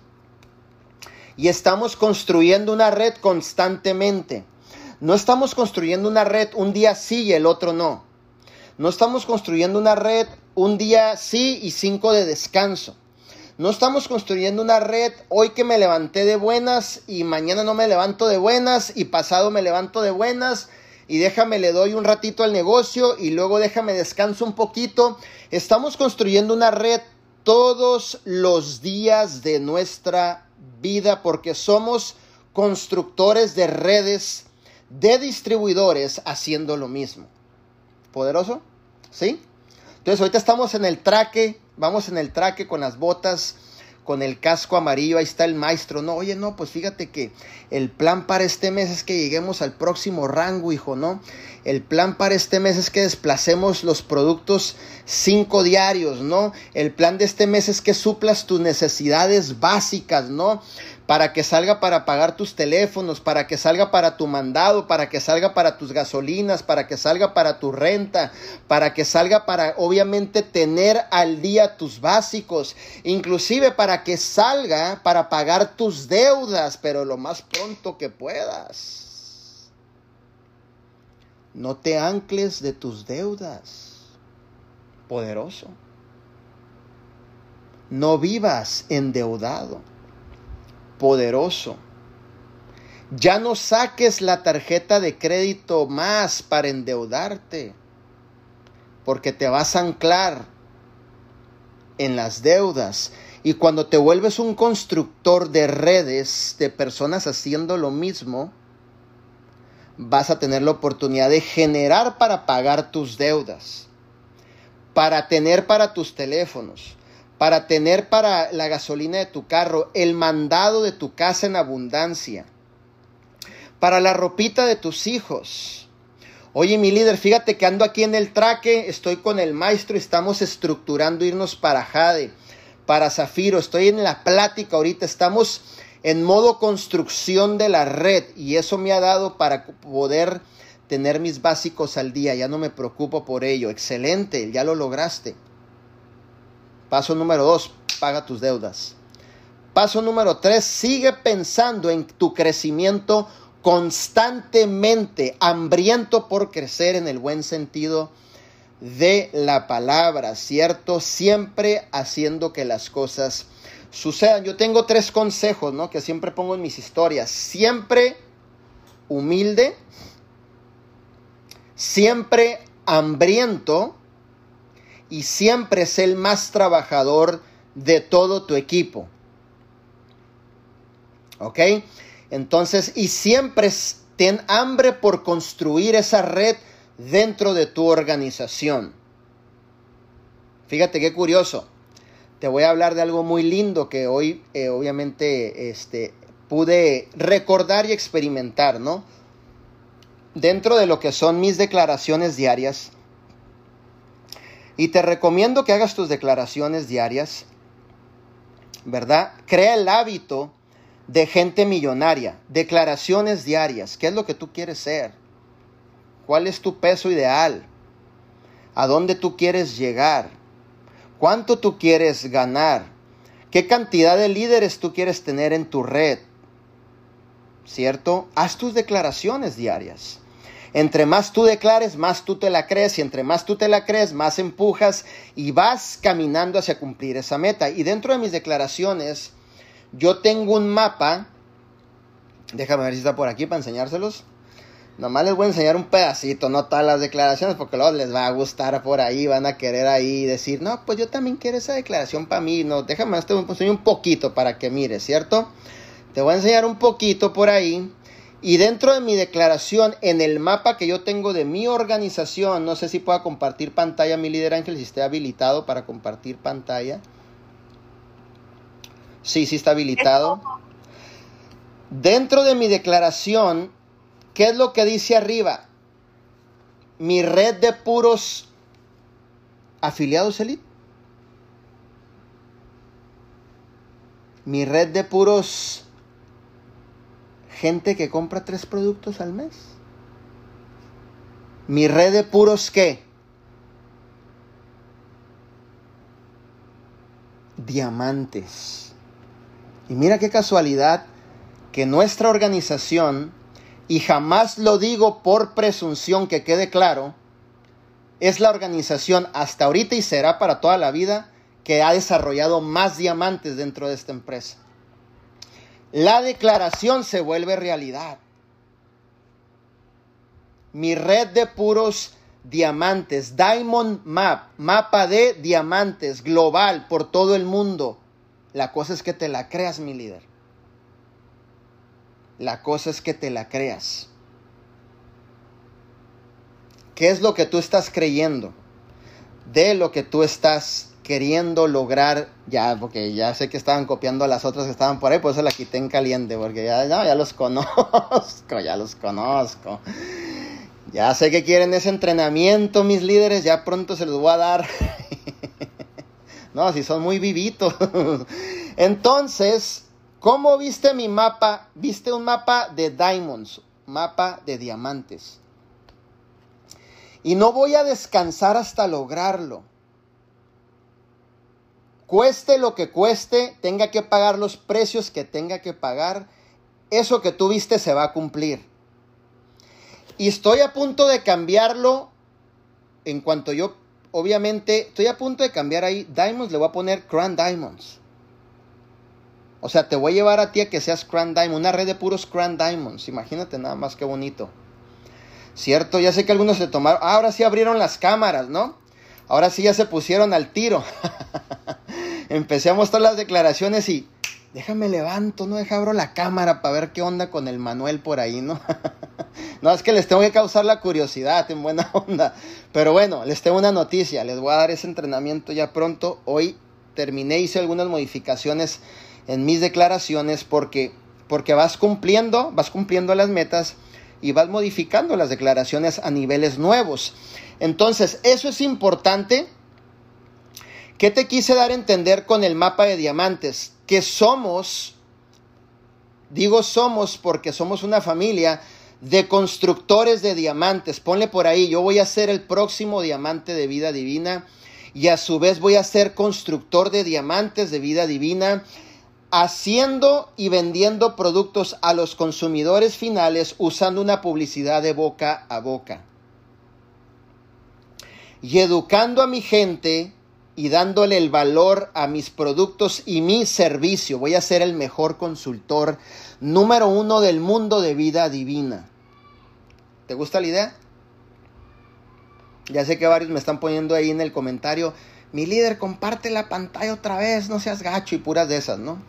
Speaker 3: y estamos construyendo una red constantemente. No estamos construyendo una red un día sí y el otro no. No estamos construyendo una red un día sí y 5 de descanso. No estamos construyendo una red hoy que me levanté de buenas y mañana no me levanto de buenas y pasado me levanto de buenas y déjame le doy un ratito al negocio y luego déjame descanso un poquito. Estamos construyendo una red todos los días de nuestra vida porque somos constructores de redes, de distribuidores haciendo lo mismo. ¿Poderoso? ¿Sí? Entonces ahorita estamos en el traque, vamos en el traque con las botas, con el casco amarillo, ahí está el maestro. No, oye, no, pues fíjate que el plan para este mes es que lleguemos al próximo rango, hijo, ¿no? El plan para este mes es que desplacemos los productos 5 diarios, ¿no? El plan de este mes es que suplas tus necesidades básicas, ¿no? Para que salga para pagar tus teléfonos, para que salga para tu mandado, para que salga para tus gasolinas, para que salga para tu renta, para que salga para obviamente tener al día tus básicos, inclusive para que salga para pagar tus deudas, pero lo más pronto que puedas. No te ancles de tus deudas. Poderoso. No vivas endeudado. Poderoso. Ya no saques la tarjeta de crédito más para endeudarte, porque te vas a anclar en las deudas. Y cuando te vuelves un constructor de redes de personas haciendo lo mismo, vas a tener la oportunidad de generar para pagar tus deudas, para tener para tus teléfonos, para tener para la gasolina de tu carro, el mandado de tu casa en abundancia, para la ropita de tus hijos. Oye, mi líder, fíjate que ando aquí en el traque, estoy con el maestro y estamos estructurando irnos para Jade, para Zafiro. Estoy en la plática ahorita, estamos en modo construcción de la red y eso me ha dado para poder tener mis básicos al día. Ya no me preocupo por ello. Excelente, ya lo lograste. Paso número 2, paga tus deudas. Paso número 3, sigue pensando en tu crecimiento constantemente, hambriento por crecer en el buen sentido de la palabra, ¿cierto? Siempre haciendo que las cosas sucedan. Yo tengo 3 consejos, ¿no? Que siempre pongo en mis historias. Siempre humilde, siempre hambriento y siempre es el más trabajador de todo tu equipo. ¿Ok? Entonces, y siempre ten hambre por construir esa red dentro de tu organización. Fíjate qué curioso. te voy a hablar de algo muy lindo que hoy obviamente pude recordar y experimentar, ¿no? Dentro de lo que son mis declaraciones diarias. Y te recomiendo que hagas tus declaraciones diarias, ¿verdad? Crea el hábito de gente millonaria. Declaraciones diarias. ¿Qué es lo que tú quieres ser? ¿Cuál es tu peso ideal? ¿A dónde tú quieres llegar? ¿Cuánto tú quieres ganar? ¿Qué cantidad de líderes tú quieres tener en tu red? ¿Cierto? Haz tus declaraciones diarias. Entre más tú declares, más tú te la crees. Y entre más tú te la crees, más empujas y vas caminando hacia cumplir esa meta. Y dentro de mis declaraciones, yo tengo un mapa. Déjame ver si está por aquí para enseñárselos. Nomás les voy a enseñar un pedacito, no todas las declaraciones, porque luego les va a gustar por ahí, van a querer ahí decir, no, pues yo también quiero esa declaración para mí. No, déjame enseñar un poquito para que mires, ¿cierto? Te voy a enseñar un poquito por ahí. Y dentro de mi declaración, en el mapa que yo tengo de mi organización, no sé si pueda compartir pantalla, mi líder Ángel, si esté habilitado para compartir pantalla. Sí está habilitado. Dentro de mi declaración, ¿qué es lo que dice arriba? Mi red de puros afiliados Elite. Mi red de puros gente que compra 3 productos al mes. Mi red de puros ¿qué? Diamantes. Y mira qué casualidad que nuestra organización, y jamás lo digo por presunción, que quede claro, es la organización hasta ahorita y será para toda la vida que ha desarrollado más diamantes dentro de esta empresa. La declaración se vuelve realidad. Mi red de puros diamantes, Diamond Map, mapa de diamantes global por todo el mundo. La cosa es que te la creas, mi líder. La cosa es que te la creas. ¿Qué es lo que tú estás creyendo? De lo que tú estás queriendo lograr, ya, porque ya sé que estaban copiando a las otras que estaban por ahí, por eso la quité en caliente, porque ya los conozco, Ya sé que quieren ese entrenamiento, mis líderes, ya pronto se los voy a dar. No, si son muy vivitos. Entonces, ¿cómo viste mi mapa? Viste un mapa de diamonds, mapa de diamantes. Y no voy a descansar hasta lograrlo. Cueste lo que cueste, tenga que pagar los precios que tenga que pagar, eso que tú viste se va a cumplir. Y estoy a punto de cambiarlo en cuanto yo, obviamente, estoy a punto de cambiar ahí, Diamonds, le voy a poner Crown Diamonds. O sea, te voy a llevar a ti a que seas Crown Diamond, una red de puros Crown Diamonds, imagínate nada más qué bonito. ¿Cierto? Ya sé que algunos se tomaron, ahora sí abrieron las cámaras, ¿no? Ahora sí ya se pusieron al tiro. Empecé a mostrar las declaraciones y déjame levanto, no abro la cámara para ver qué onda con el Manuel por ahí, ¿no? No, es que les tengo que causar la curiosidad en buena onda. Pero bueno, les tengo una noticia, les voy a dar ese entrenamiento ya pronto. Hoy terminé, hice algunas modificaciones en mis declaraciones porque vas cumpliendo las metas y vas modificando las declaraciones a niveles nuevos. Entonces, eso es importante. ¿Qué te quise dar a entender con el mapa de diamantes? Que somos, digo somos porque somos una familia de constructores de diamantes. Ponle por ahí, yo voy a ser el próximo diamante de vida divina y a su vez voy a ser constructor de diamantes de vida divina, haciendo y vendiendo productos a los consumidores finales usando una publicidad de boca a boca. Y educando a mi gente y dándole el valor a mis productos y mi servicio. Voy a ser el mejor consultor número 1 del mundo de vida divina. ¿Te gusta la idea? Ya sé que varios me están poniendo ahí en el comentario, mi líder, comparte la pantalla otra vez, no seas gacho y puras de esas, ¿no?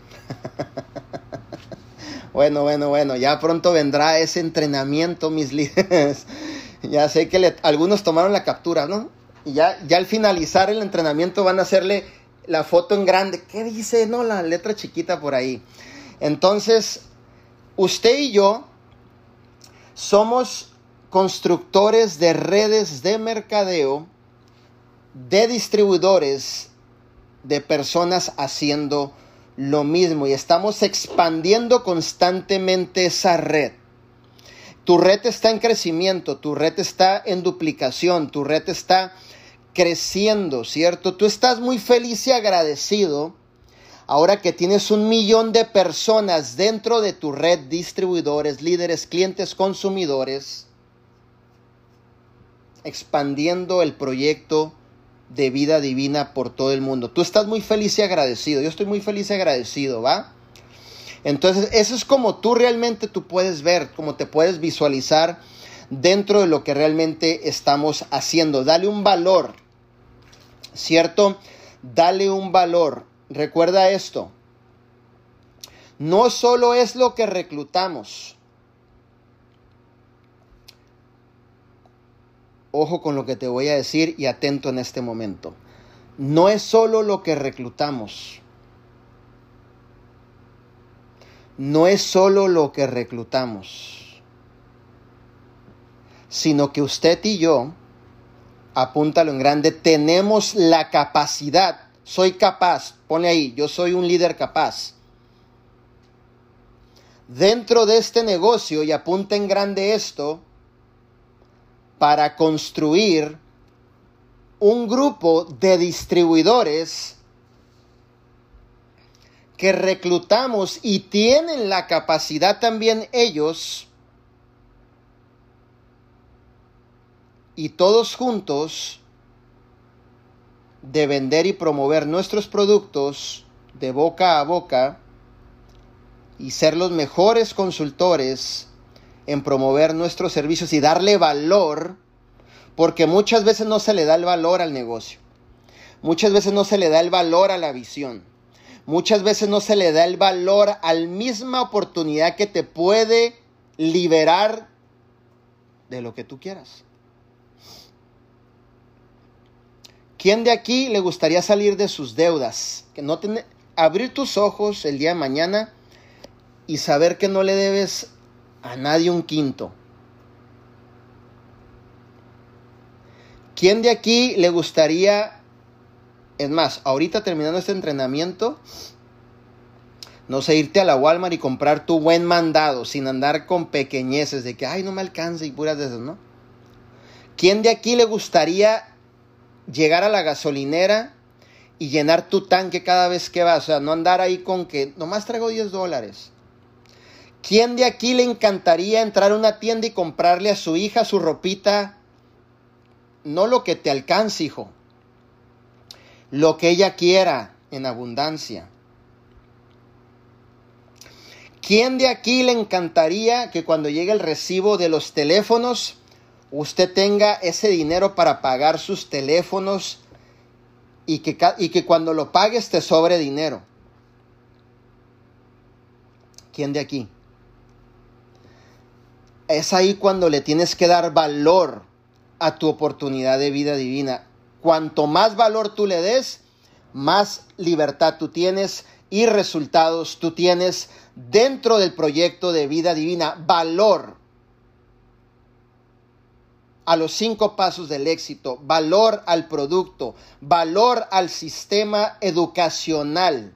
Speaker 3: Bueno, ya pronto vendrá ese entrenamiento, mis líderes. Ya sé que algunos tomaron la captura, ¿no? Y ya al finalizar el entrenamiento van a hacerle la foto en grande. ¿Qué dice? No, la letra chiquita por ahí. Entonces, usted y yo somos constructores de redes de mercadeo, de distribuidores, de personas haciendo lo mismo. Y estamos expandiendo constantemente esa red. Tu red está en crecimiento, tu red está en duplicación, tu red está creciendo, ¿cierto? Tú estás muy feliz y agradecido ahora que tienes 1 millón de personas dentro de tu red, distribuidores, líderes, clientes, consumidores, expandiendo el proyecto de vida divina por todo el mundo. Tú estás muy feliz y agradecido. Yo estoy muy feliz y agradecido, ¿va? Entonces, eso es como tú realmente tú puedes ver, como te puedes visualizar dentro de lo que realmente estamos haciendo. Dale un valor, ¿cierto? Dale un valor. Recuerda esto. No solo es lo que reclutamos. Ojo con lo que te voy a decir y atento en este momento. No es solo lo que reclutamos. No es solo lo que reclutamos, sino que usted y yo, apúntalo en grande, tenemos la capacidad. Soy capaz, pone ahí, yo soy un líder capaz. Dentro de este negocio, y apunta en grande esto, para construir un grupo de distribuidores que reclutamos y tienen la capacidad también ellos, y todos juntos, de vender y promover nuestros productos de boca a boca y ser los mejores consultores en promover nuestros servicios y darle valor, porque muchas veces no se le da el valor al negocio, muchas veces no se le da el valor a la visión, muchas veces no se le da el valor a la misma oportunidad que te puede liberar de lo que tú quieras. ¿Quién de aquí le gustaría salir de sus deudas? Abrir tus ojos el día de mañana y saber que no le debes a nadie un quinto. ¿Quién de aquí le gustaría, es más, ahorita terminando este entrenamiento, no sé, irte a la Walmart y comprar tu buen mandado sin andar con pequeñeces de que, ay, no me alcanza y puras de esas, ¿no? ¿Quién de aquí le gustaría llegar a la gasolinera y llenar tu tanque cada vez que vas? O sea, no andar ahí con que nomás traigo $10. ¿Quién de aquí le encantaría entrar a una tienda y comprarle a su hija su ropita? No lo que te alcance, hijo. Lo que ella quiera en abundancia. ¿Quién de aquí le encantaría que cuando llegue el recibo de los teléfonos, usted tenga ese dinero para pagar sus teléfonos y que cuando lo pagues te sobre dinero? ¿Quién de aquí? Es ahí cuando le tienes que dar valor a tu oportunidad de vida divina. Cuanto más valor tú le des, más libertad tú tienes y resultados tú tienes dentro del proyecto de vida divina. Valor a los 5 pasos del éxito, valor al producto, valor al sistema educacional,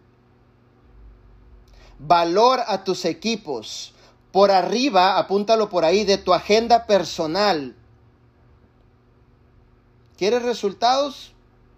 Speaker 3: valor a tus equipos. Por arriba, apúntalo por ahí, de tu agenda personal. ¿Quieres resultados?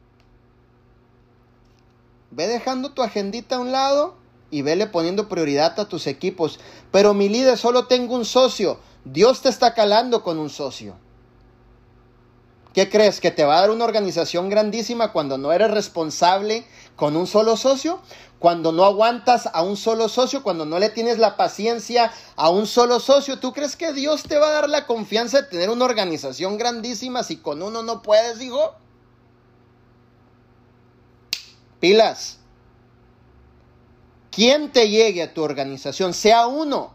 Speaker 3: Ve dejando tu agendita a un lado y vele poniendo prioridad a tus equipos. Pero mi líder, solo tengo un socio. Dios te está calando con un socio. ¿Qué crees? ¿Que te va a dar una organización grandísima cuando no eres responsable con un solo socio? Cuando no aguantas a un solo socio, cuando no le tienes la paciencia a un solo socio. ¿Tú crees que Dios te va a dar la confianza de tener una organización grandísima si con uno no puedes, hijo? Pilas. Quien te llegue a tu organización, sea uno,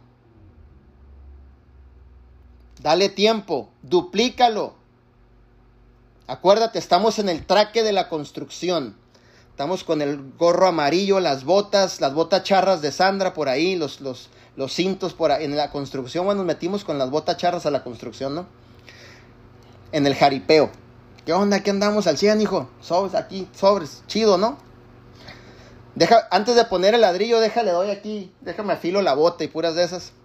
Speaker 3: dale tiempo, duplícalo. Acuérdate, estamos en el traque de la construcción. Estamos con el gorro amarillo, las botas charras de Sandra por ahí, los cintos por ahí. En la construcción, bueno, nos metimos con las botas charras a la construcción, ¿no? En el jaripeo. ¿Qué onda? ¿Qué andamos al 100, hijo? Sobres aquí, sobres. Chido, ¿no? Antes de poner el ladrillo, déjame afilo la bota y puras de esas.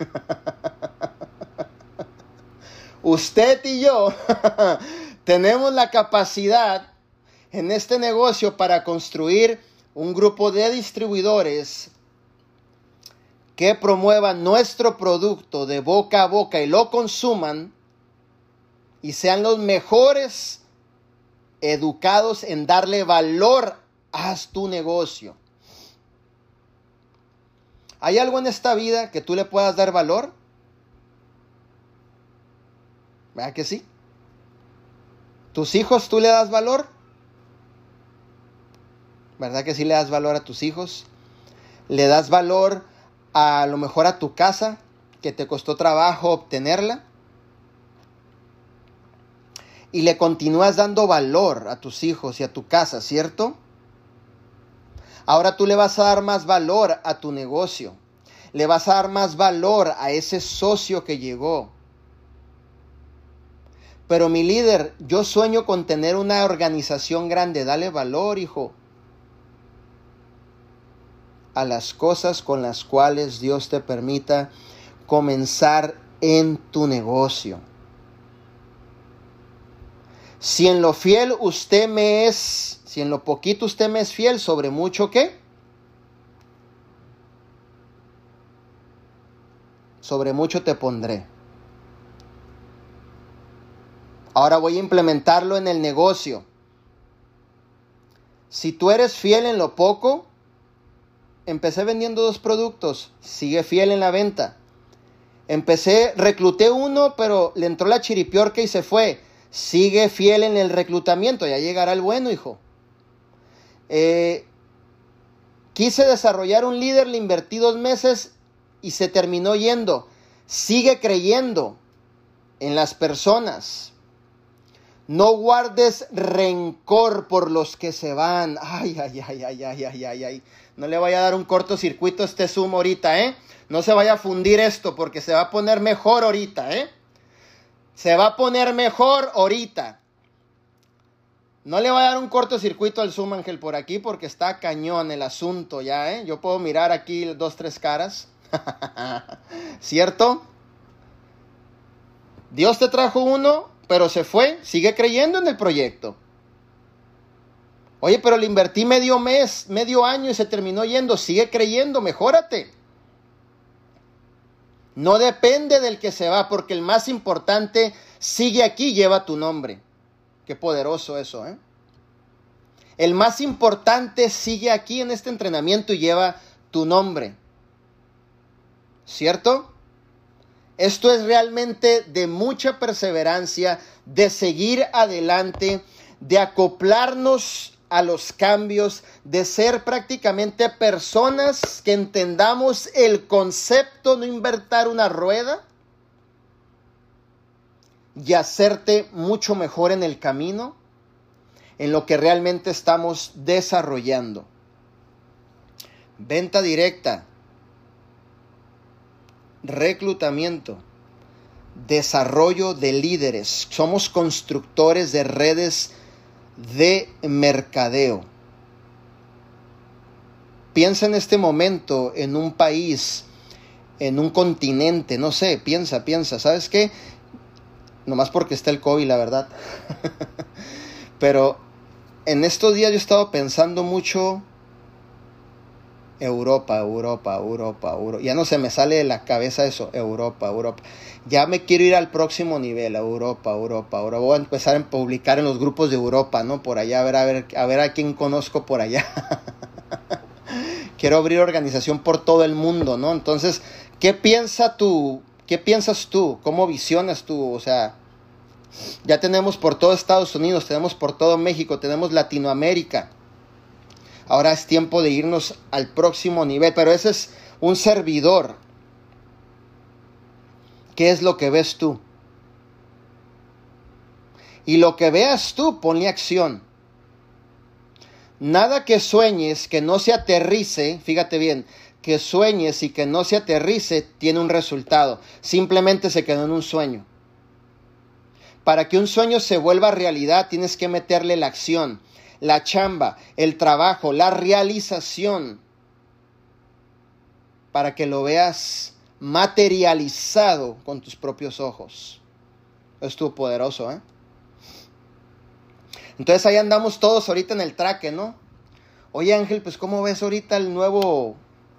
Speaker 3: Usted y yo tenemos la capacidad en este negocio para construir un grupo de distribuidores que promuevan nuestro producto de boca a boca y lo consuman y sean los mejores educados en darle valor a tu negocio. ¿Hay algo en esta vida que tú le puedas dar valor? ¿Verdad que sí? ¿Tus hijos tú le das valor? ¿Verdad que sí le das valor a tus hijos? ¿Le das valor a lo mejor a tu casa, que te costó trabajo obtenerla? Y le continúas dando valor a tus hijos y a tu casa, ¿cierto? Ahora tú le vas a dar más valor a tu negocio. Le vas a dar más valor a ese socio que llegó. Pero mi líder, yo sueño con tener una organización grande. Dale valor, hijo, a las cosas con las cuales Dios te permita comenzar en tu negocio. Si en lo fiel usted me es, si en lo poquito usted me es fiel, ¿sobre mucho qué? Sobre mucho te pondré. Ahora voy a implementarlo en el negocio. Si tú eres fiel en lo poco, empecé vendiendo 2 productos, sigue fiel en la venta. Recluté uno, pero le entró la chiripiorca y se fue. Sigue fiel en el reclutamiento, ya llegará el bueno, hijo. Quise desarrollar un líder, le invertí 2 meses y se terminó yendo. Sigue creyendo en las personas. No guardes rencor por los que se van. Ay. No le vaya a dar un cortocircuito a este Zoom ahorita, ¿eh? No se vaya a fundir esto porque se va a poner mejor ahorita, ¿eh? Se va a poner mejor ahorita. No le vaya a dar un cortocircuito al Zoom, Ángel, por aquí porque está cañón el asunto ya, ¿eh? Yo puedo mirar aquí 2, 3 caras. ¿Cierto? Dios te trajo uno, pero se fue. Sigue creyendo en el proyecto. Oye, pero le invertí medio mes, medio año y se terminó yendo. Sigue creyendo, mejórate. No depende del que se va, porque el más importante sigue aquí, lleva tu nombre. Qué poderoso eso, ¿eh? El más importante sigue aquí en este entrenamiento y lleva tu nombre. ¿Cierto? Esto es realmente de mucha perseverancia, de seguir adelante, de acoplarnos a los cambios, de ser prácticamente personas que entendamos el concepto, no inventar una rueda y hacerte mucho mejor en el camino, en lo que realmente estamos desarrollando. Venta directa, reclutamiento, desarrollo de líderes. Somos constructores de redes de mercadeo. Piensa en este momento en un país, en un continente, no sé, piensa, ¿sabes qué? Nomás porque está el COVID, la verdad. Pero en estos días yo he estado pensando mucho Europa. Ya no se me sale de la cabeza eso, Europa. Ya me quiero ir al próximo nivel, a Europa. Voy a empezar a publicar en los grupos de Europa, ¿no? Por allá, a ver a quién conozco por allá. Quiero abrir organización por todo el mundo, ¿no? Entonces, ¿qué piensas tú? ¿Cómo visionas tú? O sea, ya tenemos por todo Estados Unidos, tenemos por todo México, tenemos Latinoamérica. Ahora es tiempo de irnos al próximo nivel, pero ese es un servidor. ¿Qué es lo que ves tú? Y lo que veas tú, ponle acción. Nada que sueñes que no se aterrice, fíjate bien, que sueñes y que no se aterrice tiene un resultado. Simplemente se quedó en un sueño. Para que un sueño se vuelva realidad, tienes que meterle la acción, la chamba, el trabajo, la realización, para que lo veas materializado con tus propios ojos. Estuvo poderoso, ¿eh? Entonces ahí andamos todos ahorita en el traque, ¿no? Oye, Ángel, pues ¿cómo ves ahorita el nuevo,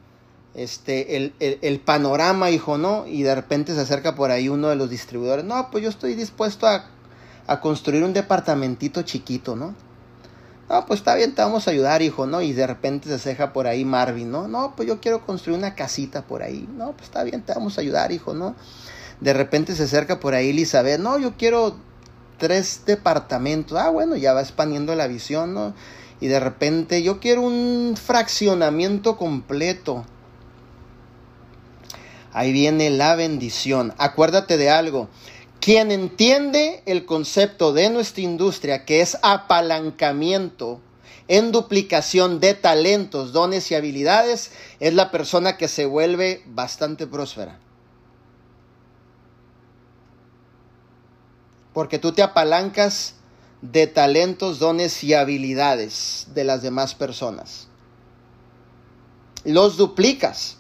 Speaker 3: el panorama, hijo, ¿no? Y de repente se acerca por ahí uno de los distribuidores. No, pues yo estoy dispuesto a construir un departamentito chiquito, ¿no? No, pues está bien, te vamos a ayudar, hijo, ¿no? Y de repente se acerca por ahí Marvin, ¿no? No, pues yo quiero construir una casita por ahí. No, pues está bien, te vamos a ayudar, hijo, ¿no? De repente se acerca por ahí Elizabeth. No, yo quiero 3 departamentos. Ah, bueno, ya va expandiendo la visión, ¿no? Y de repente yo quiero un fraccionamiento completo. Ahí viene la bendición. Acuérdate de algo. Quien entiende el concepto de nuestra industria, que es apalancamiento en duplicación de talentos, dones y habilidades, es la persona que se vuelve bastante próspera. Porque tú te apalancas de talentos, dones y habilidades de las demás personas. Los duplicas.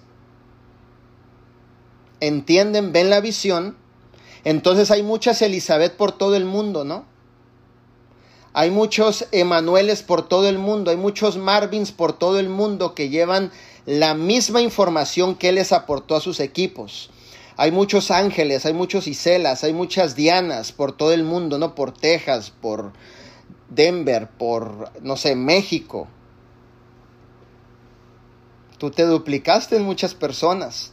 Speaker 3: Entienden, ven la visión. Entonces hay muchas Elizabeth por todo el mundo, ¿no? Hay muchos Emanueles por todo el mundo. Hay muchos Marvins por todo el mundo que llevan la misma información que él les aportó a sus equipos. Hay muchos Ángeles, hay muchos Iselas, hay muchas Dianas por todo el mundo, ¿no? Por Texas, por Denver, por, no sé, México. Tú te duplicaste en muchas personas.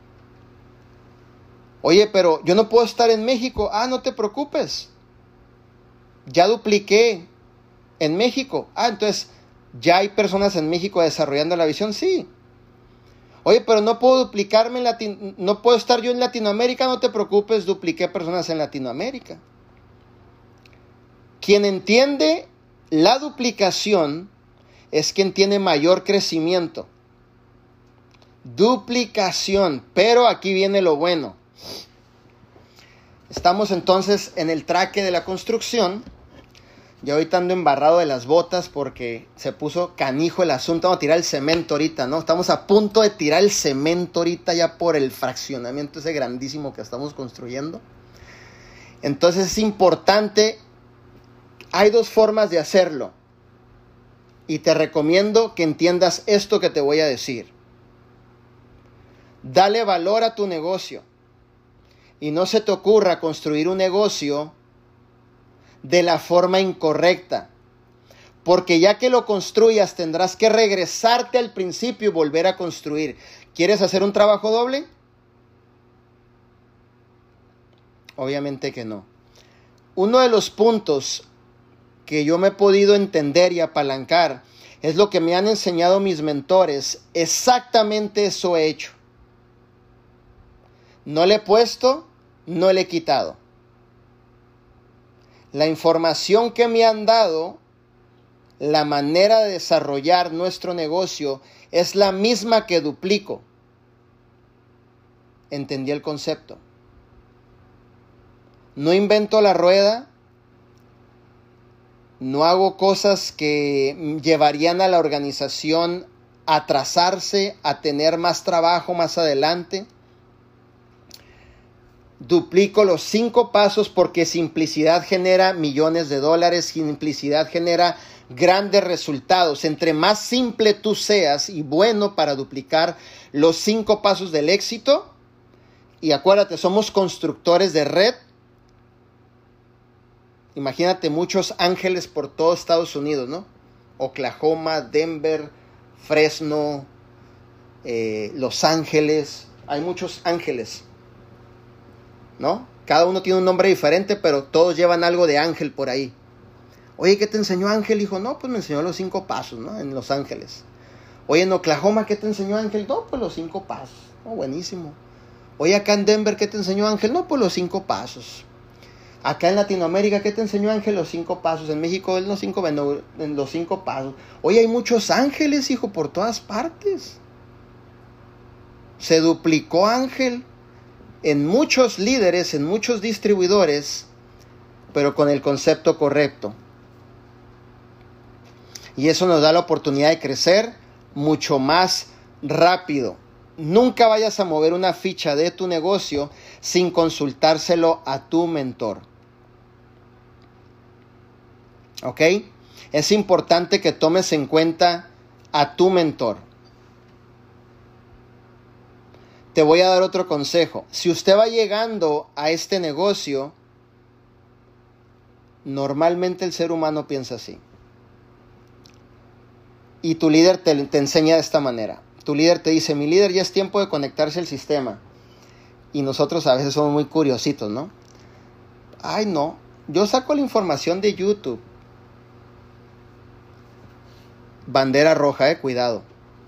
Speaker 3: Oye, pero yo no puedo estar en México. Ah, no te preocupes. Ya dupliqué en México. Ah, entonces, ¿ya hay personas en México desarrollando la visión? Sí. Oye, pero no puedo duplicarme no puedo estar yo en Latinoamérica. No te preocupes, dupliqué personas en Latinoamérica. Quien entiende la duplicación es quien tiene mayor crecimiento. Duplicación. Pero aquí viene lo bueno. Estamos entonces en el traque de la construcción. Ya ahorita ando embarrado de las botas porque se puso canijo el asunto. Vamos a tirar el cemento ahorita, ¿no? Estamos a punto de tirar el cemento ahorita ya por el fraccionamiento ese grandísimo que estamos construyendo. Entonces es importante. Hay 2 formas de hacerlo. Y te recomiendo que entiendas esto que te voy a decir. Dale valor a tu negocio. Y no se te ocurra construir un negocio de la forma incorrecta. Porque ya que lo construyas tendrás que regresarte al principio y volver a construir. ¿Quieres hacer un trabajo doble? Obviamente que no. Uno de los puntos que yo me he podido entender y apalancar es lo que me han enseñado mis mentores. Exactamente eso he hecho. No le he puesto, no le he quitado. La información que me han dado, la manera de desarrollar nuestro negocio es la misma que duplico. Entendí el concepto. No invento la rueda. No hago cosas que llevarían a la organización a atrasarse, a tener más trabajo más adelante. Duplico los 5 pasos porque simplicidad genera millones de dólares, simplicidad genera grandes resultados. Entre más simple tú seas y bueno para duplicar los 5 pasos del éxito, y acuérdate, somos constructores de red. Imagínate muchos ángeles por todo Estados Unidos, ¿no? Oklahoma, Denver, Fresno, Los Ángeles. Hay muchos ángeles, ¿no? Cada uno tiene un nombre diferente, pero todos llevan algo de ángel por ahí. Oye, ¿qué te enseñó Ángel, hijo? No, pues me enseñó los 5 pasos, ¿no? En Los Ángeles. Oye, en Oklahoma, ¿qué te enseñó Ángel? No, pues los 5 pasos. Oh, buenísimo. Oye, acá en Denver, ¿qué te enseñó Ángel? No, pues los 5 pasos. Acá en Latinoamérica, ¿qué te enseñó Ángel? Los 5 pasos. En México, los 5 pasos. Hoy hay muchos ángeles, hijo, por todas partes. Se duplicó Ángel en muchos líderes, en muchos distribuidores, pero con el concepto correcto. Y eso nos da la oportunidad de crecer mucho más rápido. Nunca vayas a mover una ficha de tu negocio sin consultárselo a tu mentor. ¿Ok? Es importante que tomes en cuenta a tu mentor. Te voy a dar otro consejo. Si usted va llegando a este negocio, normalmente el ser humano piensa así. Y tu líder te enseña de esta manera. Tu líder te dice, mi líder, ya es tiempo de conectarse al sistema. Y nosotros a veces somos muy curiositos, ¿no? Ay, no, yo saco la información de YouTube. Bandera roja, cuidado.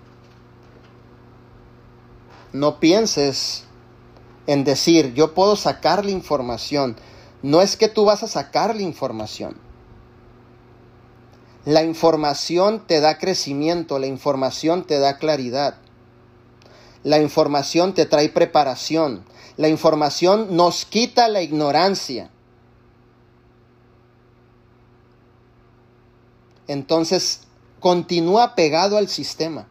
Speaker 3: No pienses en decir, yo puedo sacar la información. No es que tú vas a sacar la información. La información te da crecimiento, la información te da claridad. La información te trae preparación. La información nos quita la ignorancia. Entonces, continúa pegado al sistema.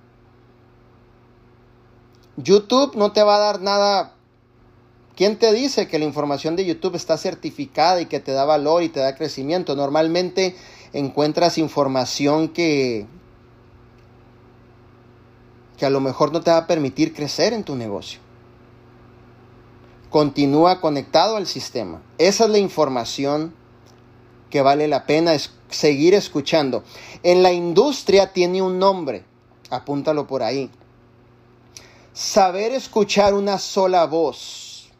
Speaker 3: YouTube no te va a dar nada. ¿Quién te dice que la información de YouTube está certificada y que te da valor y te da crecimiento? Normalmente encuentras información que a lo mejor no te va a permitir crecer en tu negocio. Continúa conectado al sistema. Esa es la información que vale la pena seguir escuchando. En la industria tiene un nombre. Apúntalo por ahí. Saber escuchar una sola voz.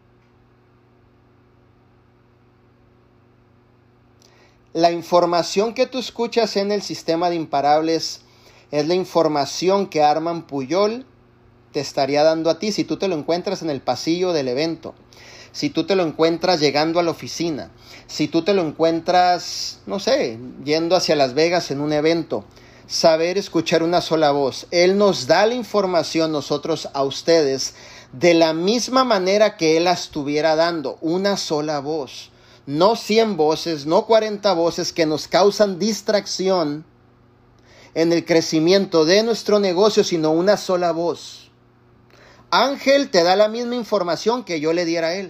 Speaker 3: La información que tú escuchas en el sistema de imparables es la información que Arman Puyol te estaría dando a ti si tú te lo encuentras en el pasillo del evento, si tú te lo encuentras llegando a la oficina, si tú te lo encuentras, no sé, yendo hacia Las Vegas en un evento. Saber escuchar una sola voz. Él nos da la información nosotros a ustedes de la misma manera que Él la estuviera dando, una sola voz. No 100 voces, no 40 voces que nos causan distracción en el crecimiento de nuestro negocio, sino una sola voz. Ángel te da la misma información que yo le diera a él.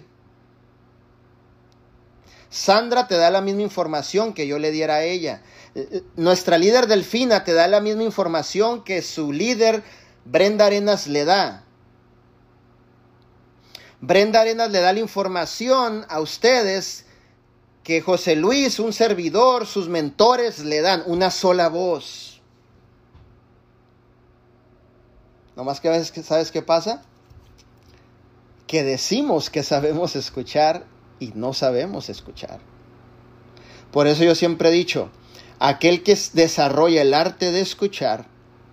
Speaker 3: Sandra te da la misma información que yo le diera a ella. Nuestra líder Delfina te da la misma información que su líder Brenda Arenas le da. Brenda Arenas le da la información a ustedes que José Luis, un servidor, sus mentores le dan, una sola voz. Nomás que a veces, ¿sabes qué pasa? Que decimos que sabemos escuchar y no sabemos escuchar. Por eso yo siempre he dicho, aquel que desarrolla el arte de escuchar,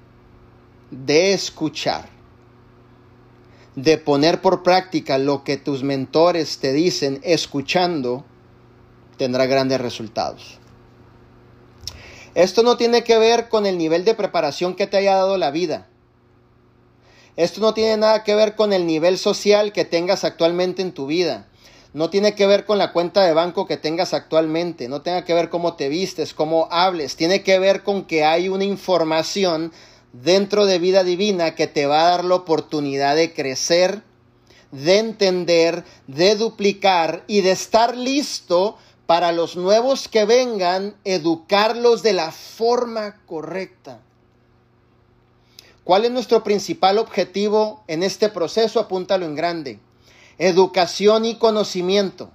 Speaker 3: de poner por práctica lo que tus mentores te dicen escuchando, tendrá grandes resultados. Esto no tiene que ver con el nivel de preparación que te haya dado la vida. Esto no tiene nada que ver con el nivel social que tengas actualmente en tu vida. No tiene que ver con la cuenta de banco que tengas actualmente. No tiene que ver cómo te vistes, cómo hables. Tiene que ver con que hay una información dentro de Vida Divina que te va a dar la oportunidad de crecer, de entender, de duplicar y de estar listo para los nuevos que vengan, educarlos de la forma correcta. ¿Cuál es nuestro principal objetivo en este proceso? Apúntalo en grande. Educación y conocimiento.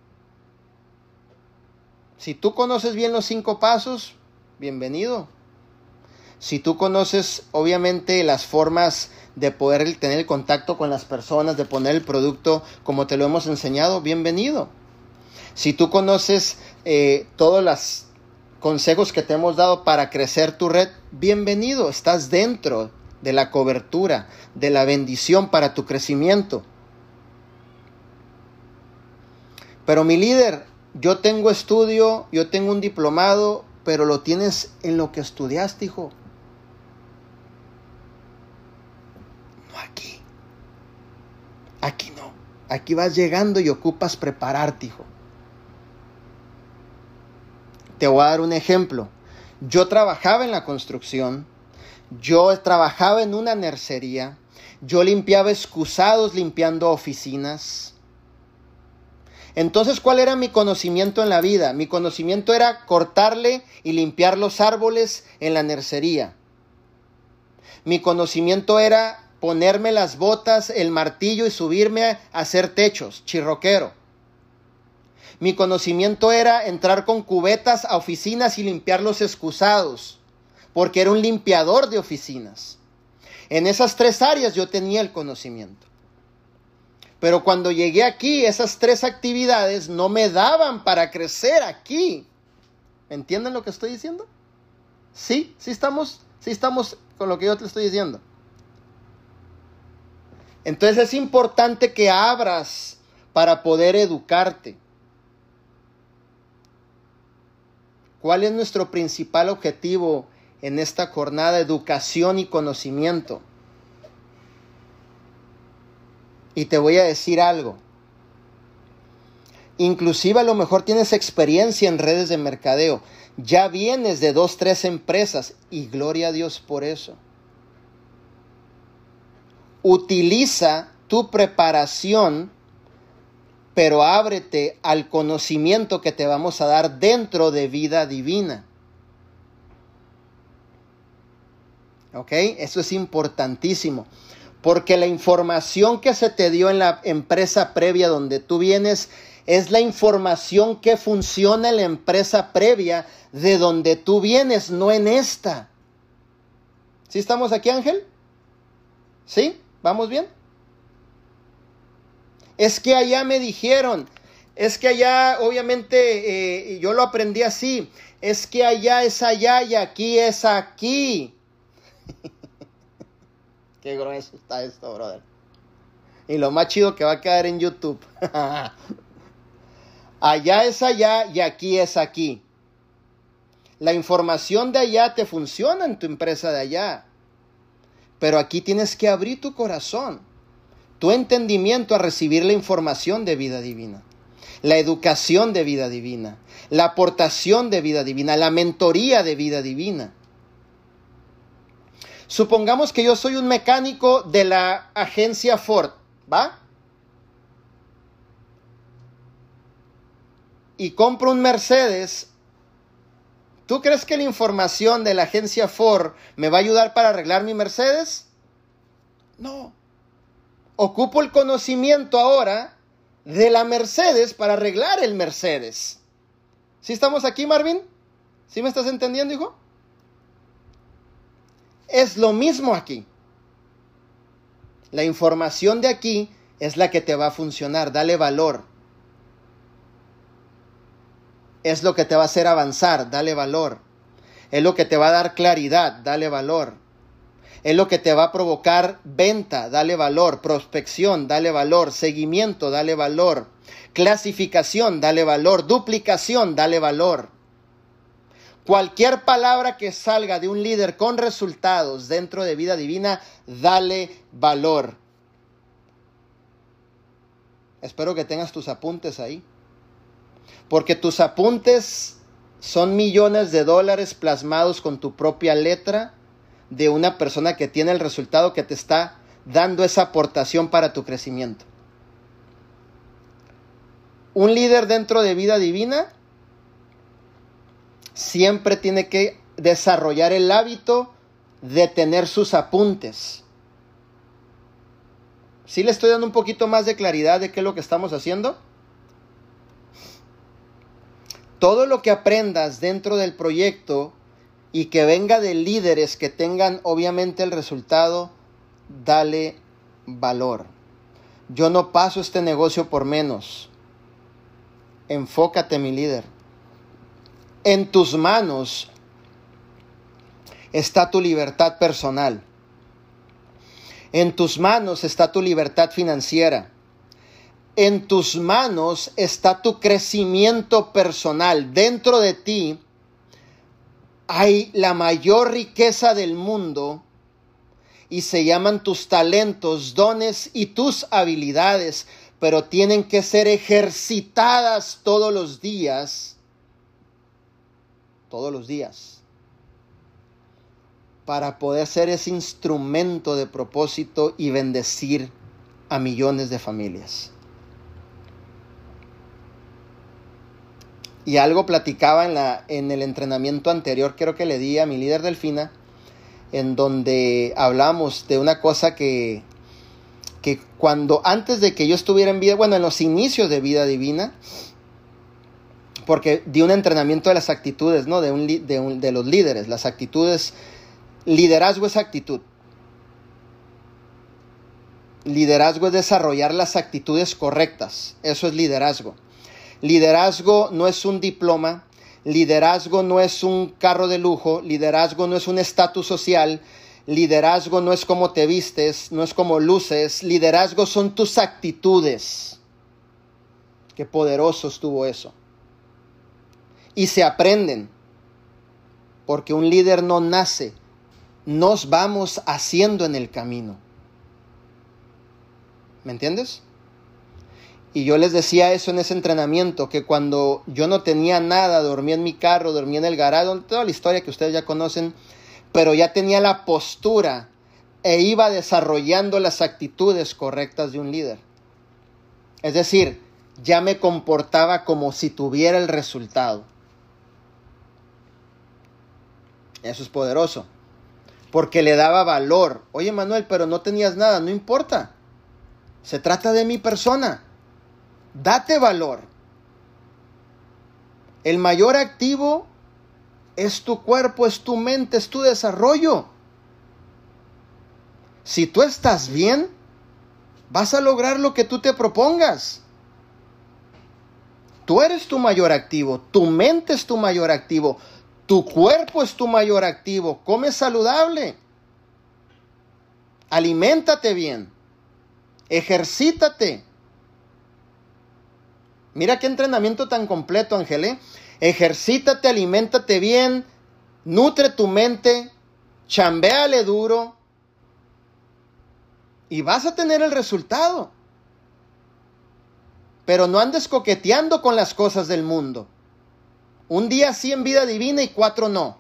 Speaker 3: Si tú conoces bien los 5 pasos, bienvenido. Si tú conoces, obviamente, las formas de poder tener el contacto con las personas, de poner el producto como te lo hemos enseñado, bienvenido. Si tú conoces todos los consejos que te hemos dado para crecer tu red, bienvenido. Estás dentro de la cobertura, de la bendición para tu crecimiento. Pero mi líder, yo tengo estudio, yo tengo un diplomado, pero lo tienes en lo que estudiaste, hijo. No aquí. Aquí no. Aquí vas llegando y ocupas prepararte, hijo. Te voy a dar un ejemplo. Yo trabajaba en la construcción, yo trabajaba en una nercería, yo limpiaba excusados limpiando oficinas. Entonces, ¿cuál era mi conocimiento en la vida? Mi conocimiento era cortarle y limpiar los árboles en la nercería. Mi conocimiento era ponerme las botas, el martillo y subirme a hacer techos, chirroquero. Mi conocimiento era entrar con cubetas a oficinas y limpiar los excusados, porque era un limpiador de oficinas. En esas 3 áreas yo tenía el conocimiento. Pero cuando llegué aquí, esas 3 actividades no me daban para crecer aquí. ¿Me entienden lo que estoy diciendo? Sí estamos con lo que yo te estoy diciendo. Entonces es importante que abras para poder educarte. ¿Cuál es nuestro principal objetivo en esta jornada? Educación y conocimiento. Y te voy a decir algo. Inclusive a lo mejor tienes experiencia en redes de mercadeo. Ya vienes de 2, 3 empresas y gloria a Dios por eso. Utiliza tu preparación, pero ábrete al conocimiento que te vamos a dar dentro de Vida Divina. ¿Ok? Eso es importantísimo. Porque la información que se te dio en la empresa previa donde tú vienes es la información que funciona en la empresa previa de donde tú vienes, no en esta. ¿Sí estamos aquí, Ángel? ¿Sí? ¿Vamos bien? Es que allá me dijeron, es que allá obviamente yo lo aprendí así, es que allá es allá y aquí es aquí. Qué grueso está esto, brother. Y lo más chido que va a quedar en YouTube. Allá es allá y aquí es aquí. La información de allá te funciona en tu empresa de allá. Pero aquí tienes que abrir tu corazón, tu entendimiento a recibir la información de Vida Divina, la educación de Vida Divina, la aportación de Vida Divina, la mentoría de Vida Divina. Supongamos que yo soy un mecánico de la agencia Ford, ¿va? Y compro un Mercedes. ¿Tú crees que la información de la agencia Ford me va a ayudar para arreglar mi Mercedes? No. Ocupo el conocimiento ahora de la Mercedes para arreglar el Mercedes. ¿Sí estamos aquí, Marvin? ¿Sí me estás entendiendo, hijo? Es lo mismo aquí. La información de aquí es la que te va a funcionar. Dale valor. Es lo que te va a hacer avanzar. Dale valor. Es lo que te va a dar claridad. Dale valor. Es lo que te va a provocar venta. Dale valor. Prospección. Dale valor. Seguimiento. Dale valor. Clasificación. Dale valor. Duplicación. Dale valor. Cualquier palabra que salga de un líder con resultados dentro de Vida Divina, dale valor. Espero que tengas tus apuntes ahí. Porque tus apuntes son millones de dólares plasmados con tu propia letra de una persona que tiene el resultado que te está dando esa aportación para tu crecimiento. Un líder dentro de Vida Divina siempre tiene que desarrollar el hábito de tener sus apuntes. ¿Sí le estoy dando un poquito más de claridad de qué es lo que estamos haciendo? Todo lo que aprendas dentro del proyecto y que venga de líderes que tengan obviamente el resultado, dale valor. Yo no paso este negocio por menos. Enfócate, mi líder. En tus manos está tu libertad personal. En tus manos está tu libertad financiera. en tus manos está tu crecimiento personal. Dentro de ti hay la mayor riqueza del mundo y se llaman tus talentos, dones y tus habilidades, pero tienen que ser ejercitadas todos los días, para poder ser ese instrumento de propósito y bendecir a millones de familias. Y algo platicaba en el entrenamiento anterior, creo que le di a mi líder Delfina, en donde hablamos de una cosa que antes de que yo estuviera en vida, bueno, en los inicios de Vida Divina, porque di un entrenamiento de las actitudes, ¿no? De los líderes, las actitudes. Liderazgo es actitud. Liderazgo es desarrollar las actitudes correctas. Eso es liderazgo. Liderazgo no es un diploma. Liderazgo no es un carro de lujo. Liderazgo no es un estatus social. Liderazgo no es cómo te vistes, no es cómo luces. Liderazgo son tus actitudes. Qué poderoso estuvo eso. Y se aprenden. Porque un líder no nace. Nos vamos haciendo en el camino. ¿Me entiendes? Y yo les decía eso en ese entrenamiento, que cuando yo no tenía nada, dormía en mi carro, dormía en el garaje, toda la historia que ustedes ya conocen, pero ya tenía la postura e iba desarrollando las actitudes correctas de un líder. Es decir, ya me comportaba como si tuviera el resultado. Eso es poderoso. Porque le daba valor. Oye, Manuel, pero no tenías nada. No importa. Se trata de mi persona. Date valor. El mayor activo es tu cuerpo, es tu mente, es tu desarrollo. Si tú estás bien, vas a lograr lo que tú te propongas. Tú eres tu mayor activo. Tu mente es tu mayor activo. Tu cuerpo es tu mayor activo. Come saludable. Aliméntate bien. Ejercítate. Mira qué entrenamiento tan completo, Ángel. Ejercítate, aliméntate bien. Nutre tu mente. Chambéale duro. Y vas a tener el resultado. Pero no andes coqueteando con las cosas del mundo. Un día sí en Vida Divina y 4 no.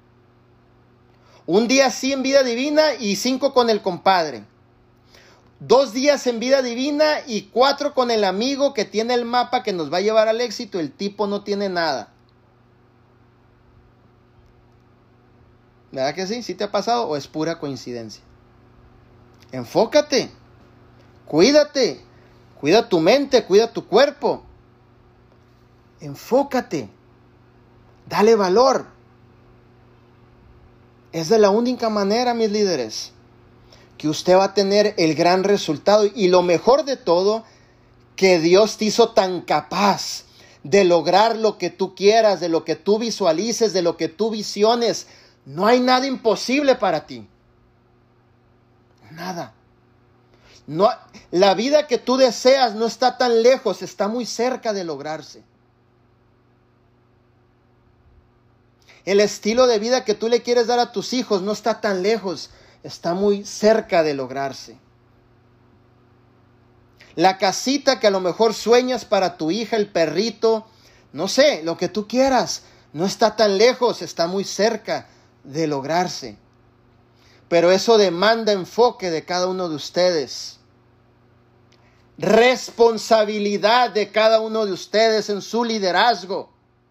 Speaker 3: Un día sí en Vida Divina y 5 con el compadre. 2 días en Vida Divina y 4 con el amigo que tiene el mapa que nos va a llevar al éxito. El tipo no tiene nada. ¿Verdad que sí? ¿Sí te ha pasado o es pura coincidencia? Enfócate. Cuídate. Cuida tu mente, cuida tu cuerpo. Enfócate. Dale valor. Es de la única manera, mis líderes, que usted va a tener el gran resultado. Y lo mejor de todo, que Dios te hizo tan capaz de lograr lo que tú quieras, de lo que tú visualices, de lo que tú visiones. No hay nada imposible para ti. Nada. No, la vida que tú deseas no está tan lejos, está muy cerca de lograrse. El estilo de vida que tú le quieres dar a tus hijos no está tan lejos, está muy cerca de lograrse. La casita que a lo mejor sueñas para tu hija, el perrito, no sé, lo que tú quieras, no está tan lejos, está muy cerca de lograrse. Pero eso demanda enfoque de cada uno de ustedes. Responsabilidad de cada uno de ustedes en su liderazgo.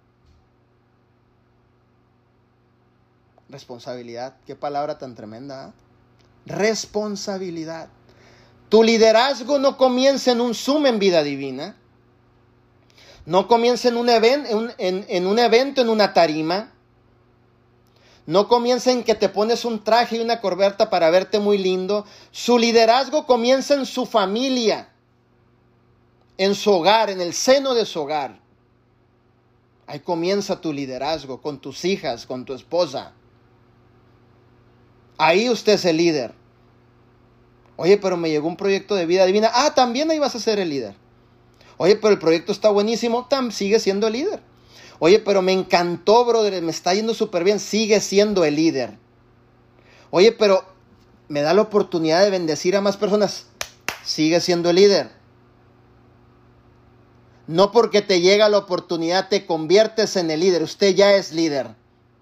Speaker 3: Responsabilidad, qué palabra tan tremenda, ¿eh? Responsabilidad. Tu liderazgo no comienza en un Zoom en Vida Divina. No comienza en un evento, en una tarima. No comienza en que te pones un traje y una corbata para verte muy lindo. Su liderazgo comienza en su familia, en su hogar, en el seno de su hogar. Ahí comienza tu liderazgo, con tus hijas, con tu esposa. Ahí usted es el líder. Oye, pero me llegó un proyecto de Vida Divina. Ah, también ahí vas a ser el líder. Oye, pero el proyecto está buenísimo, sigue siendo el líder. Oye, pero me encantó, brother, me está yendo súper bien, sigue siendo el líder. Oye, pero me da la oportunidad de bendecir a más personas, sigue siendo el líder. No porque te llega la oportunidad te conviertes en el líder, usted ya es líder.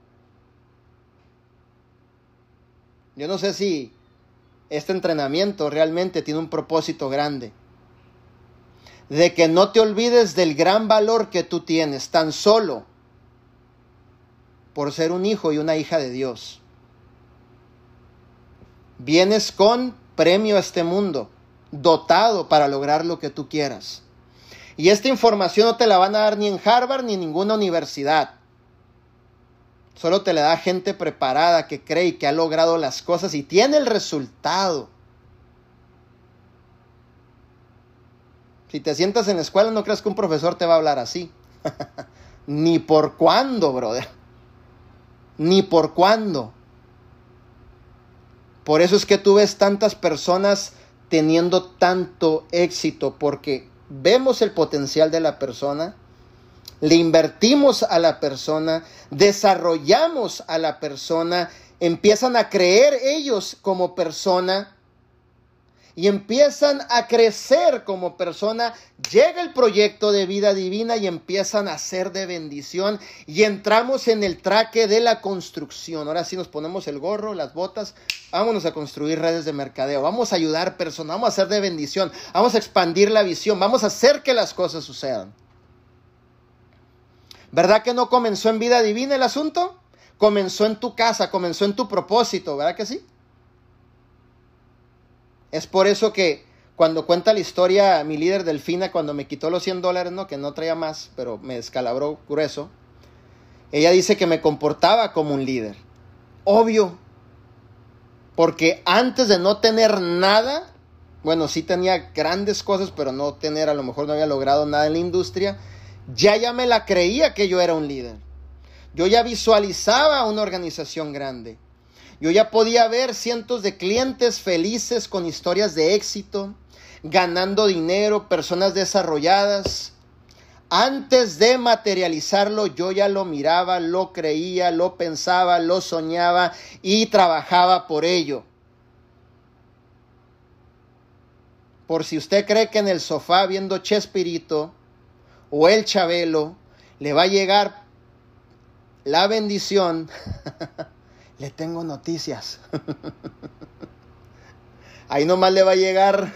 Speaker 3: Yo no sé si este entrenamiento realmente tiene un propósito grande. De que no te olvides del gran valor que tú tienes, tan solo por ser un hijo y una hija de Dios. Vienes con premio a este mundo, dotado para lograr lo que tú quieras. Y esta información no te la van a dar ni en Harvard ni en ninguna universidad. Solo te la da gente preparada que cree y que ha logrado las cosas y tiene el resultado. Si te sientas en la escuela, no creas que un profesor te va a hablar así. Ni por cuándo, brother. Ni por cuándo. Por eso es que tú ves tantas personas teniendo tanto éxito, porque vemos el potencial de la persona, le invertimos a la persona, desarrollamos a la persona, empiezan a creer ellos como persona y empiezan a crecer como persona. Llega el proyecto de vida divina y empiezan a ser de bendición y entramos en el traque de la construcción. Ahora sí nos ponemos el gorro, las botas, vámonos a construir redes de mercadeo, vamos a ayudar personas, vamos a hacer de bendición, vamos a expandir la visión, vamos a hacer que las cosas sucedan. ¿Verdad que no comenzó en vida divina el asunto? Comenzó en tu casa, comenzó en tu propósito, ¿verdad que sí? Es por eso que cuando cuenta la historia mi líder Delfina, cuando me quitó los $100, ¿no? Que no traía más, pero me descalabró grueso. Ella dice que me comportaba como un líder. Obvio. Porque antes de no tener nada, bueno, sí tenía grandes cosas, pero no tener, a lo mejor no había logrado nada en la industria, ya me la creía que yo era un líder. Yo ya visualizaba una organización grande. Yo ya podía ver cientos de clientes felices con historias de éxito, ganando dinero, personas desarrolladas. Antes de materializarlo, yo ya lo miraba, lo creía, lo pensaba, lo soñaba y trabajaba por ello. Por si usted cree que en el sofá viendo Chespirito o el Chabelo le va a llegar la bendición, le tengo noticias. Ahí nomás le va a llegar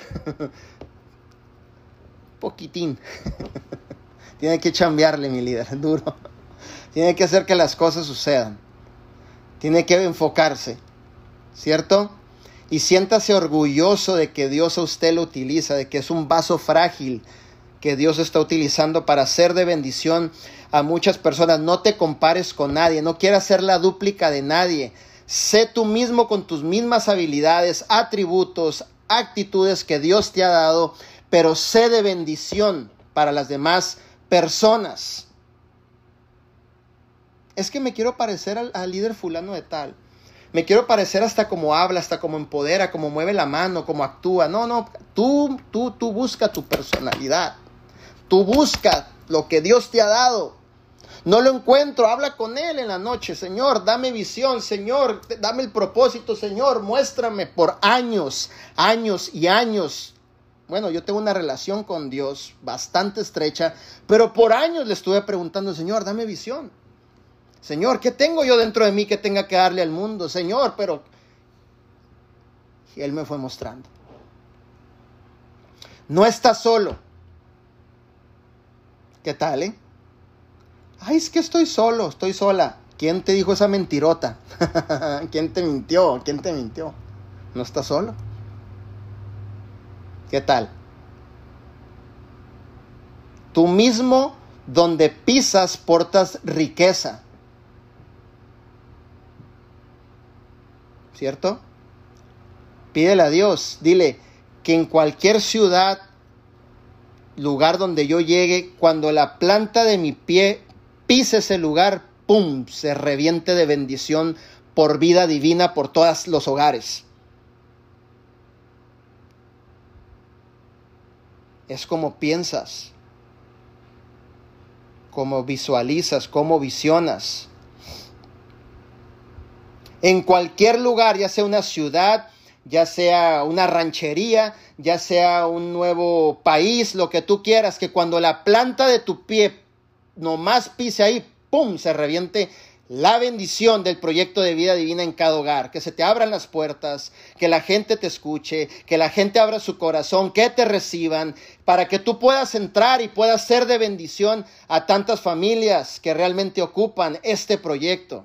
Speaker 3: poquitín. Tiene que chambearle, mi líder, duro. Tiene que hacer que las cosas sucedan. Tiene que enfocarse, ¿cierto? Y siéntase orgulloso de que Dios a usted lo utiliza, de que es un vaso frágil que Dios está utilizando para ser de bendición a muchas personas. No te compares con nadie, no quieras ser la dúplica de nadie. Sé tú mismo con tus mismas habilidades, atributos, actitudes que Dios te ha dado, pero sé de bendición para las demás personas. Es que me quiero parecer al líder fulano de tal. Me quiero parecer hasta como habla, hasta como empodera, como mueve la mano, como actúa. No, tú busca tu personalidad. Tú busca lo que Dios te ha dado. No lo encuentro, habla con Él en la noche. Señor, dame visión. Señor, dame el propósito. Señor, muéstrame por años y años. Bueno, yo tengo una relación con Dios bastante estrecha, pero por años le estuve preguntando, Señor, dame visión. Señor, ¿qué tengo yo dentro de mí que tenga que darle al mundo? Señor, pero... Y Él me fue mostrando. No estás solo. ¿Qué tal, Ay, es que estoy solo, estoy sola. ¿Quién te dijo esa mentirota? ¿Quién te mintió? No estás solo. ¿Qué tal? Tú mismo, donde pisas, portas riqueza. ¿Cierto? Pídele a Dios, dile que en cualquier ciudad, lugar donde yo llegue, cuando la planta de mi pie pise ese lugar, ¡pum!, se reviente de bendición por vida divina por todos los hogares. Es como piensas. cómo visualizas, cómo visionas. En cualquier lugar, ya sea una ciudad, ya sea una ranchería, ya sea un nuevo país, lo que tú quieras, que cuando la planta de tu pie nomás pise ahí, ¡pum!, se reviente la bendición del proyecto de vida divina en cada hogar, que se te abran las puertas, que la gente te escuche, que la gente abra su corazón, que te reciban, para que tú puedas entrar y puedas ser de bendición a tantas familias que realmente ocupan este proyecto.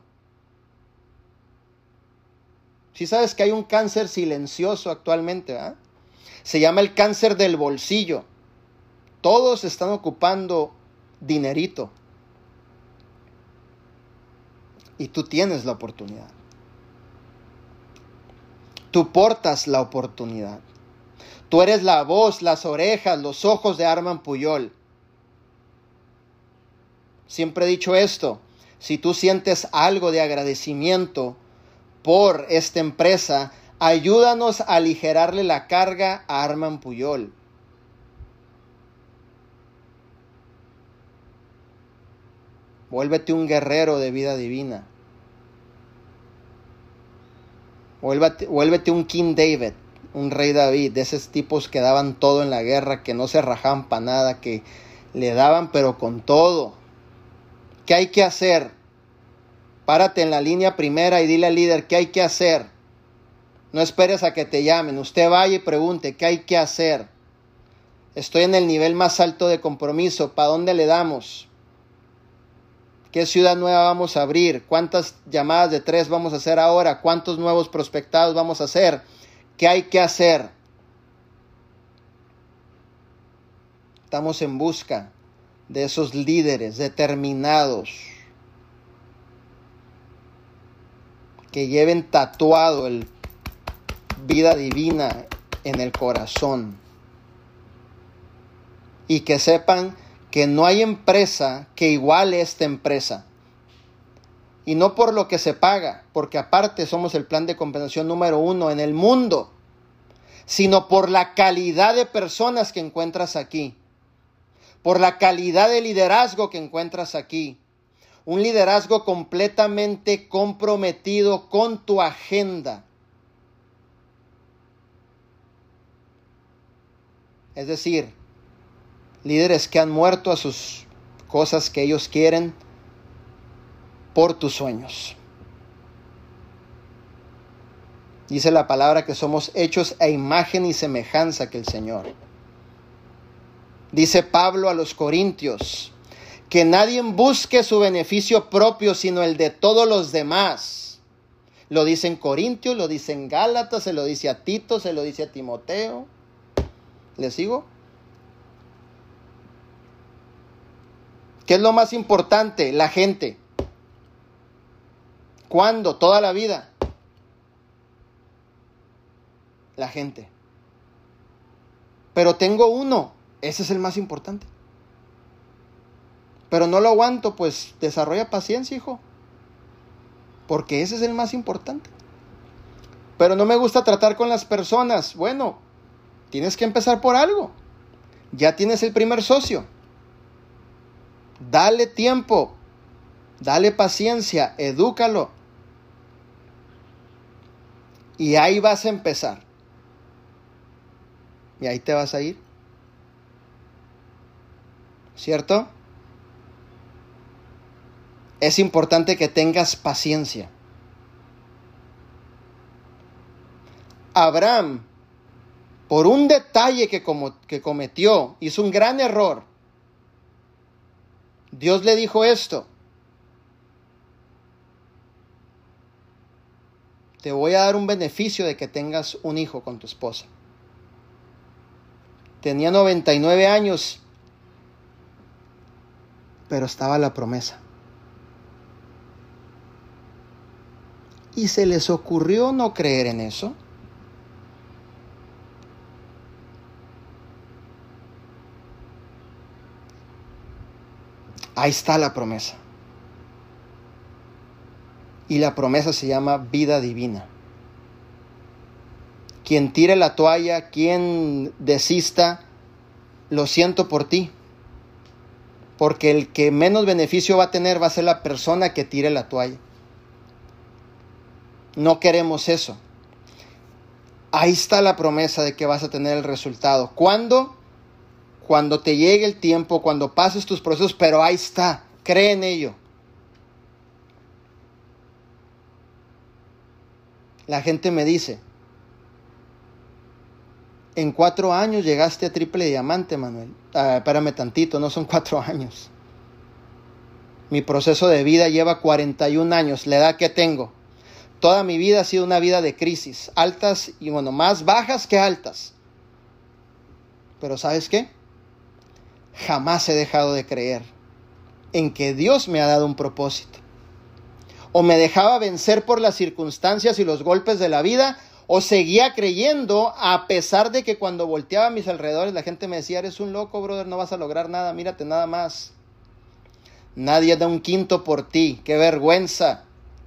Speaker 3: Sí sabes que hay un cáncer silencioso actualmente, ¿verdad? Se llama el cáncer del bolsillo. Todos están ocupando dinerito. Y tú tienes la oportunidad. Tú portas la oportunidad. Tú eres la voz, las orejas, los ojos de Arman Puyol. Siempre he dicho esto. Si tú sientes algo de agradecimiento por esta empresa, ayúdanos a aligerarle la carga a Arman Puyol. Vuélvete un guerrero de vida divina. Vuélvete un King David, un rey David, de esos tipos que daban todo en la guerra, que no se rajaban para nada, que le daban pero con todo. ¿Qué hay que hacer? Párate en la línea primera y dile al líder qué hay que hacer. No esperes a que te llamen. Usted vaya y pregunte qué hay que hacer. Estoy en el nivel más alto de compromiso. ¿Para dónde le damos? ¿Qué ciudad nueva vamos a abrir? ¿Cuántas llamadas de 3 vamos a hacer ahora? ¿Cuántos nuevos prospectados vamos a hacer? ¿Qué hay que hacer? Estamos en busca de esos líderes determinados que lleven tatuado el vida divina en el corazón y que sepan que no hay empresa que iguale esta empresa. Y no por lo que se paga, porque aparte somos el plan de compensación número 1 en el mundo, sino por la calidad de personas que encuentras aquí, por la calidad de liderazgo que encuentras aquí. Un liderazgo completamente comprometido con tu agenda. Es decir, líderes que han muerto a sus cosas que ellos quieren por tus sueños. Dice la palabra que somos hechos a imagen y semejanza que el Señor. Dice Pablo a los Corintios, que nadie busque su beneficio propio, sino el de todos los demás. Lo dice en Corintios, lo dice en Gálatas, se lo dice a Tito, se lo dice a Timoteo. ¿Le sigo? ¿Qué es lo más importante? La gente. ¿Cuándo? Toda la vida. La gente. Pero tengo uno. Ese es el más importante. Pero no lo aguanto, pues desarrolla paciencia, hijo. Porque ese es el más importante. Pero no me gusta tratar con las personas. Bueno, tienes que empezar por algo. Ya tienes el primer socio. Dale tiempo. Dale paciencia. Edúcalo. Y ahí vas a empezar. Y ahí te vas a ir. ¿Cierto? Es importante que tengas paciencia. Abraham, por un detalle que cometió, hizo un gran error. Dios le dijo esto: te voy a dar un beneficio de que tengas un hijo con tu esposa. Tenía 99 años, pero estaba la promesa. ¿Y se les ocurrió no creer en eso? Ahí está la promesa. Y la promesa se llama vida divina. Quien tire la toalla, quien desista, lo siento por ti. porque el que menos beneficio va a tener va a ser la persona que tire la toalla. No queremos eso. Ahí está la promesa de que vas a tener el resultado. ¿Cuándo? Cuando te llegue el tiempo, cuando pases tus procesos, pero ahí está. Cree en ello. La gente me dice, en 4 años llegaste a triple diamante, Manuel. Espérame tantito, no son 4 años. Mi proceso de vida lleva 41 años, la edad que tengo. Toda mi vida ha sido una vida de crisis, altas y más bajas que altas. Pero ¿sabes qué? Jamás he dejado de creer en que Dios me ha dado un propósito. O me dejaba vencer por las circunstancias y los golpes de la vida, o seguía creyendo a pesar de que cuando volteaba a mis alrededores la gente me decía, eres un loco, brother, no vas a lograr nada, mírate nada más. Nadie da un quinto por ti, qué vergüenza.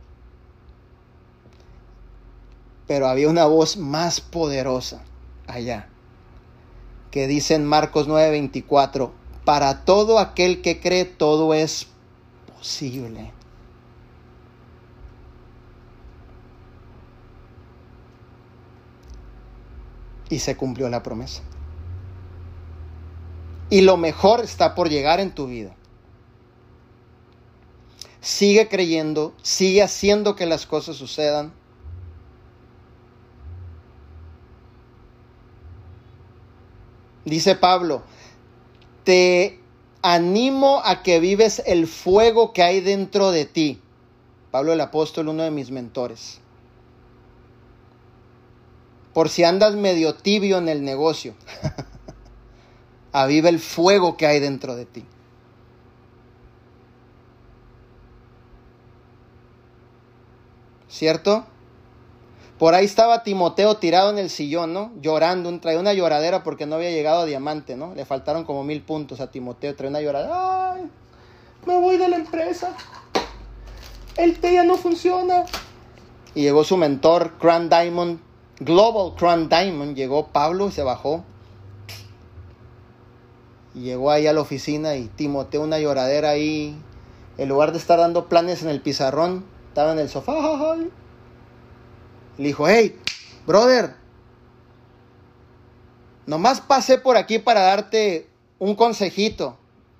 Speaker 3: Pero había una voz más poderosa allá, que dice en Marcos 9:24, para todo aquel que cree todo es posible. Y se cumplió la promesa. Y lo mejor está por llegar en tu vida. Sigue creyendo, sigue haciendo que las cosas sucedan. Dice Pablo, te animo a que vives el fuego que hay dentro de ti. Pablo el apóstol, uno de mis mentores. Por si andas medio tibio en el negocio, aviva el fuego que hay dentro de ti. ¿Cierto? Por ahí estaba Timoteo tirado en el sillón, ¿no? Llorando, traía una lloradera porque no había llegado a diamante, ¿no? Le faltaron como 1000 puntos a Timoteo, traía una lloradera. ¡Ay! Me voy de la empresa. El té ya no funciona. Y llegó su mentor, Crown Diamond, Global Crown Diamond, llegó Pablo y se bajó. Y llegó ahí a la oficina y Timoteo una lloradera ahí. En lugar de estar dando planes en el pizarrón, estaba en el sofá. ¡Ay! Le dijo, hey, brother, nomás pasé por aquí para darte un consejito.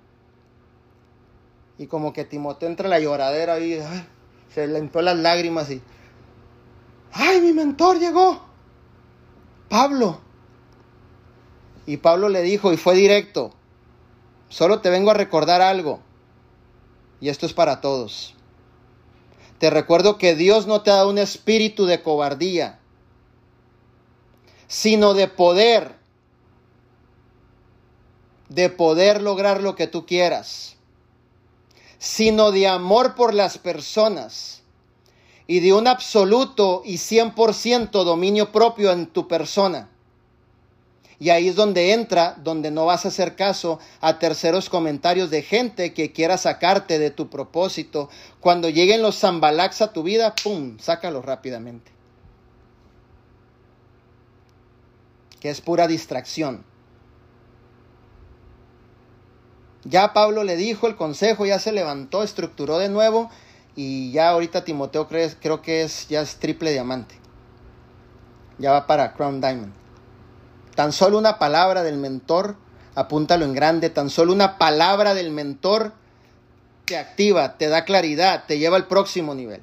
Speaker 3: Y como que Timoteo entra en la lloradera ahí, se le limpió las lágrimas y, ¡ay, mi mentor llegó! Pablo. Y Pablo le dijo, y fue directo, solo te vengo a recordar algo, y esto es para todos. Te recuerdo que Dios no te ha dado un espíritu de cobardía, sino de poder lograr lo que tú quieras, sino de amor por las personas y de un absoluto y 100% dominio propio en tu persona. Y ahí es donde entra, donde no vas a hacer caso a terceros comentarios de gente que quiera sacarte de tu propósito. Cuando lleguen los zambalacs a tu vida, ¡pum!, sácalos rápidamente. Que es pura distracción. Ya Pablo le dijo el consejo, ya se levantó, estructuró de nuevo y ya ahorita Timoteo creo que ya es triple diamante. Ya va para Crown Diamond. Tan solo una palabra del mentor, apúntalo en grande, tan solo una palabra del mentor te activa, te da claridad, te lleva al próximo nivel.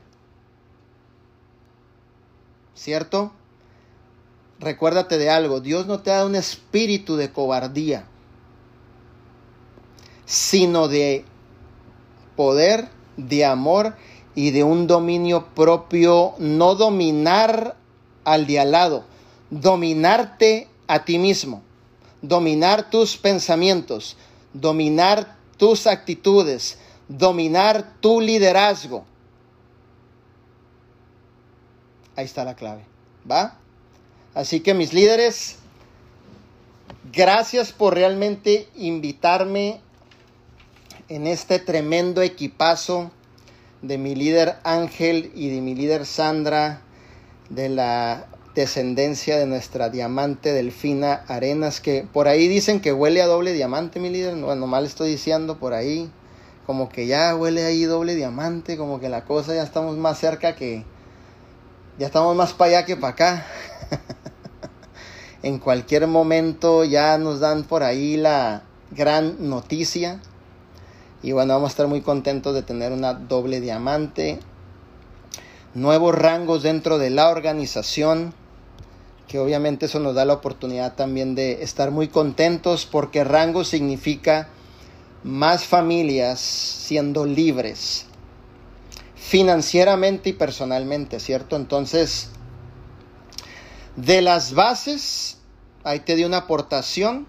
Speaker 3: ¿Cierto? Recuérdate de algo, Dios no te da un espíritu de cobardía, sino de poder, de amor y de un dominio propio, no dominar al de al lado, dominarte a ti mismo, dominar tus pensamientos, dominar tus actitudes, dominar tu liderazgo. Ahí está la clave, ¿va? Así que mis líderes, gracias por realmente invitarme en este tremendo equipazo de mi líder Ángel y de mi líder Sandra, de la descendencia de nuestra diamante Delfina Arenas, que por ahí dicen que huele a doble diamante, mi líder. Bueno, mal estoy diciendo por ahí, como que ya huele ahí doble diamante, como que la cosa ya estamos más cerca que, ya estamos más para allá que para acá. En cualquier momento ya nos dan por ahí la gran noticia. Y bueno, vamos a estar muy contentos de tener una doble diamante. Nuevos rangos dentro de la organización, que obviamente eso nos da la oportunidad también de estar muy contentos, porque rango significa más familias siendo libres financieramente y personalmente, ¿cierto? Entonces, de las bases, ahí te di una aportación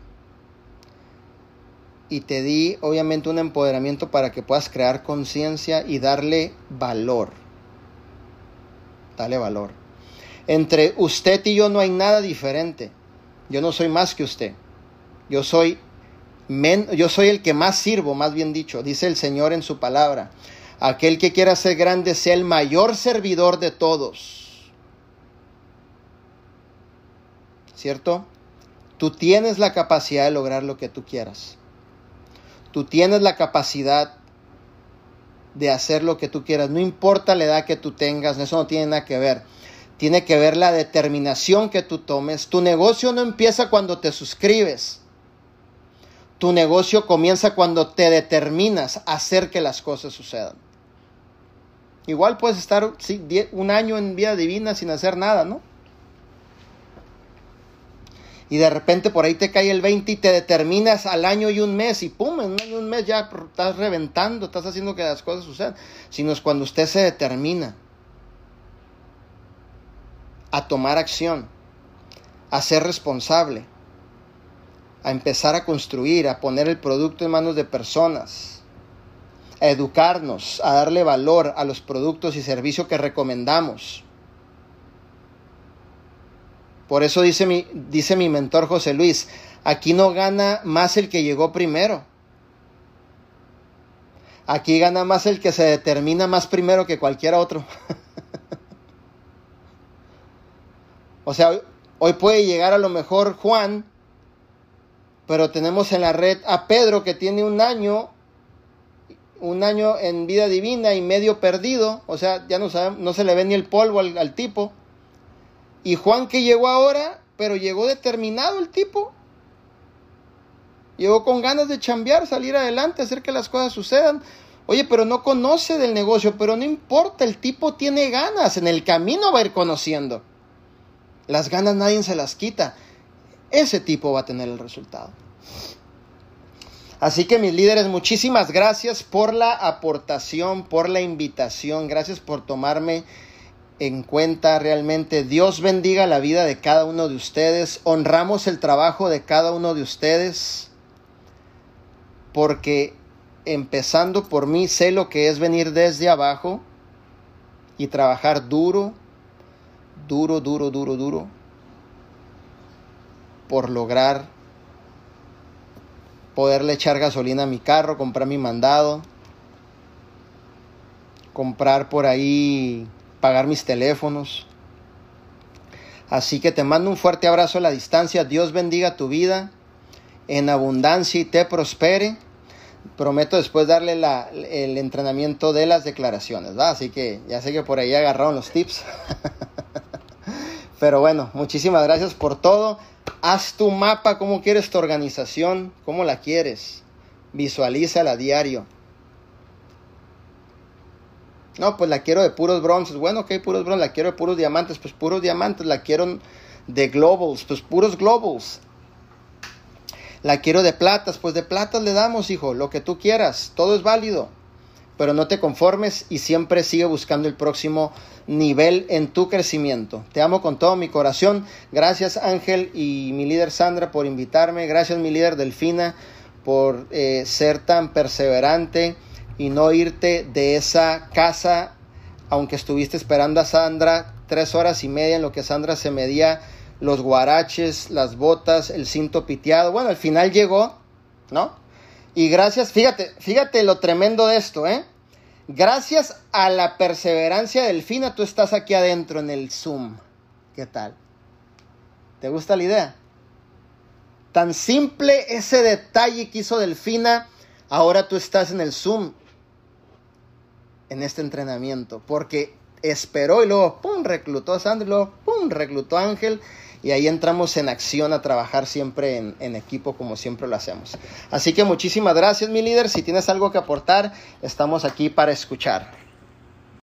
Speaker 3: y te di obviamente un empoderamiento para que puedas crear conciencia y darle valor. Dale valor. Entre usted y yo no hay nada diferente. Yo no soy más que usted. Yo soy el que más sirvo, más bien dicho. Dice el Señor en su palabra: aquel que quiera ser grande sea el mayor servidor de todos. ¿Cierto? Tú tienes la capacidad de lograr lo que tú quieras. Tú tienes la capacidad de hacer lo que tú quieras. No importa la edad que tú tengas, eso no tiene nada que ver. Tiene que ver la determinación que tú tomes. Tu negocio no empieza cuando te suscribes. Tu negocio comienza cuando te determinas a hacer que las cosas sucedan. Igual puedes estar un año en vida divina sin hacer nada, ¿no? Y de repente por ahí te cae el 20 y te determinas al año y un mes. Y pum, en un año y un mes ya estás reventando, estás haciendo que las cosas sucedan. Sino es cuando usted se determina a tomar acción, a ser responsable, a empezar a construir, a poner el producto en manos de personas, a educarnos, a darle valor a los productos y servicios que recomendamos. Por eso dice mi mentor José Luis: aquí no gana más el que llegó primero. Aquí gana más el que se determina más primero que cualquier otro. O sea, hoy puede llegar a lo mejor Juan, pero tenemos en la red a Pedro, que tiene un año en vida divina y medio perdido. O sea, ya no se le ve ni el polvo al tipo. Y Juan, que llegó ahora, pero llegó determinado el tipo. Llegó con ganas de chambear, salir adelante, hacer que las cosas sucedan. Oye, pero no conoce del negocio, pero no importa, el tipo tiene ganas. En el camino va a ir conociendo. Las ganas nadie se las quita. Ese tipo va a tener el resultado. Así que mis líderes, muchísimas gracias por la aportación, por la invitación. Gracias por tomarme en cuenta realmente. Dios bendiga la vida de cada uno de ustedes. Honramos el trabajo de cada uno de ustedes, porque empezando por mí, sé lo que es venir desde abajo y trabajar duro, por lograr poderle echar gasolina a mi carro, comprar mi mandado, comprar por ahí, pagar mis teléfonos. Así que te mando un fuerte abrazo a la distancia. Dios bendiga tu vida en abundancia y te prospere. Prometo después darle el entrenamiento de las declaraciones, ¿verdad? Así que ya sé que por ahí agarraron los tips. Pero bueno, muchísimas gracias por todo. Haz tu mapa, cómo quieres tu organización, cómo la quieres. Visualízala a diario. No, pues la quiero de puros bronces. Bueno, ok, puros bronces. La quiero de puros diamantes. Pues puros diamantes. La quiero de globals. Pues puros globals. La quiero de platas. Pues de platas le damos, hijo. Lo que tú quieras. Todo es válido. Pero no te conformes y siempre sigue buscando el próximo nivel en tu crecimiento. Te amo con todo mi corazón. Gracias, Ángel y mi líder Sandra, por invitarme. Gracias, mi líder Delfina, por ser tan perseverante y no irte de esa casa, aunque estuviste esperando a Sandra 3 horas y media en lo que Sandra se medía los guaraches, las botas, el cinto piteado. Bueno, al final llegó, ¿no? Y gracias, fíjate lo tremendo de esto, ¿eh? Gracias a la perseverancia de Delfina, tú estás aquí adentro en el Zoom. ¿Qué tal? ¿Te gusta la idea? Tan simple ese detalle que hizo Delfina. Ahora tú estás en el Zoom, en este entrenamiento, porque esperó y luego pum, reclutó a Sandra y luego pum, reclutó a Ángel, y ahí entramos en acción a trabajar siempre en equipo, como siempre lo hacemos. Así que muchísimas gracias, mi líder. Si tienes algo que aportar, estamos aquí para escuchar.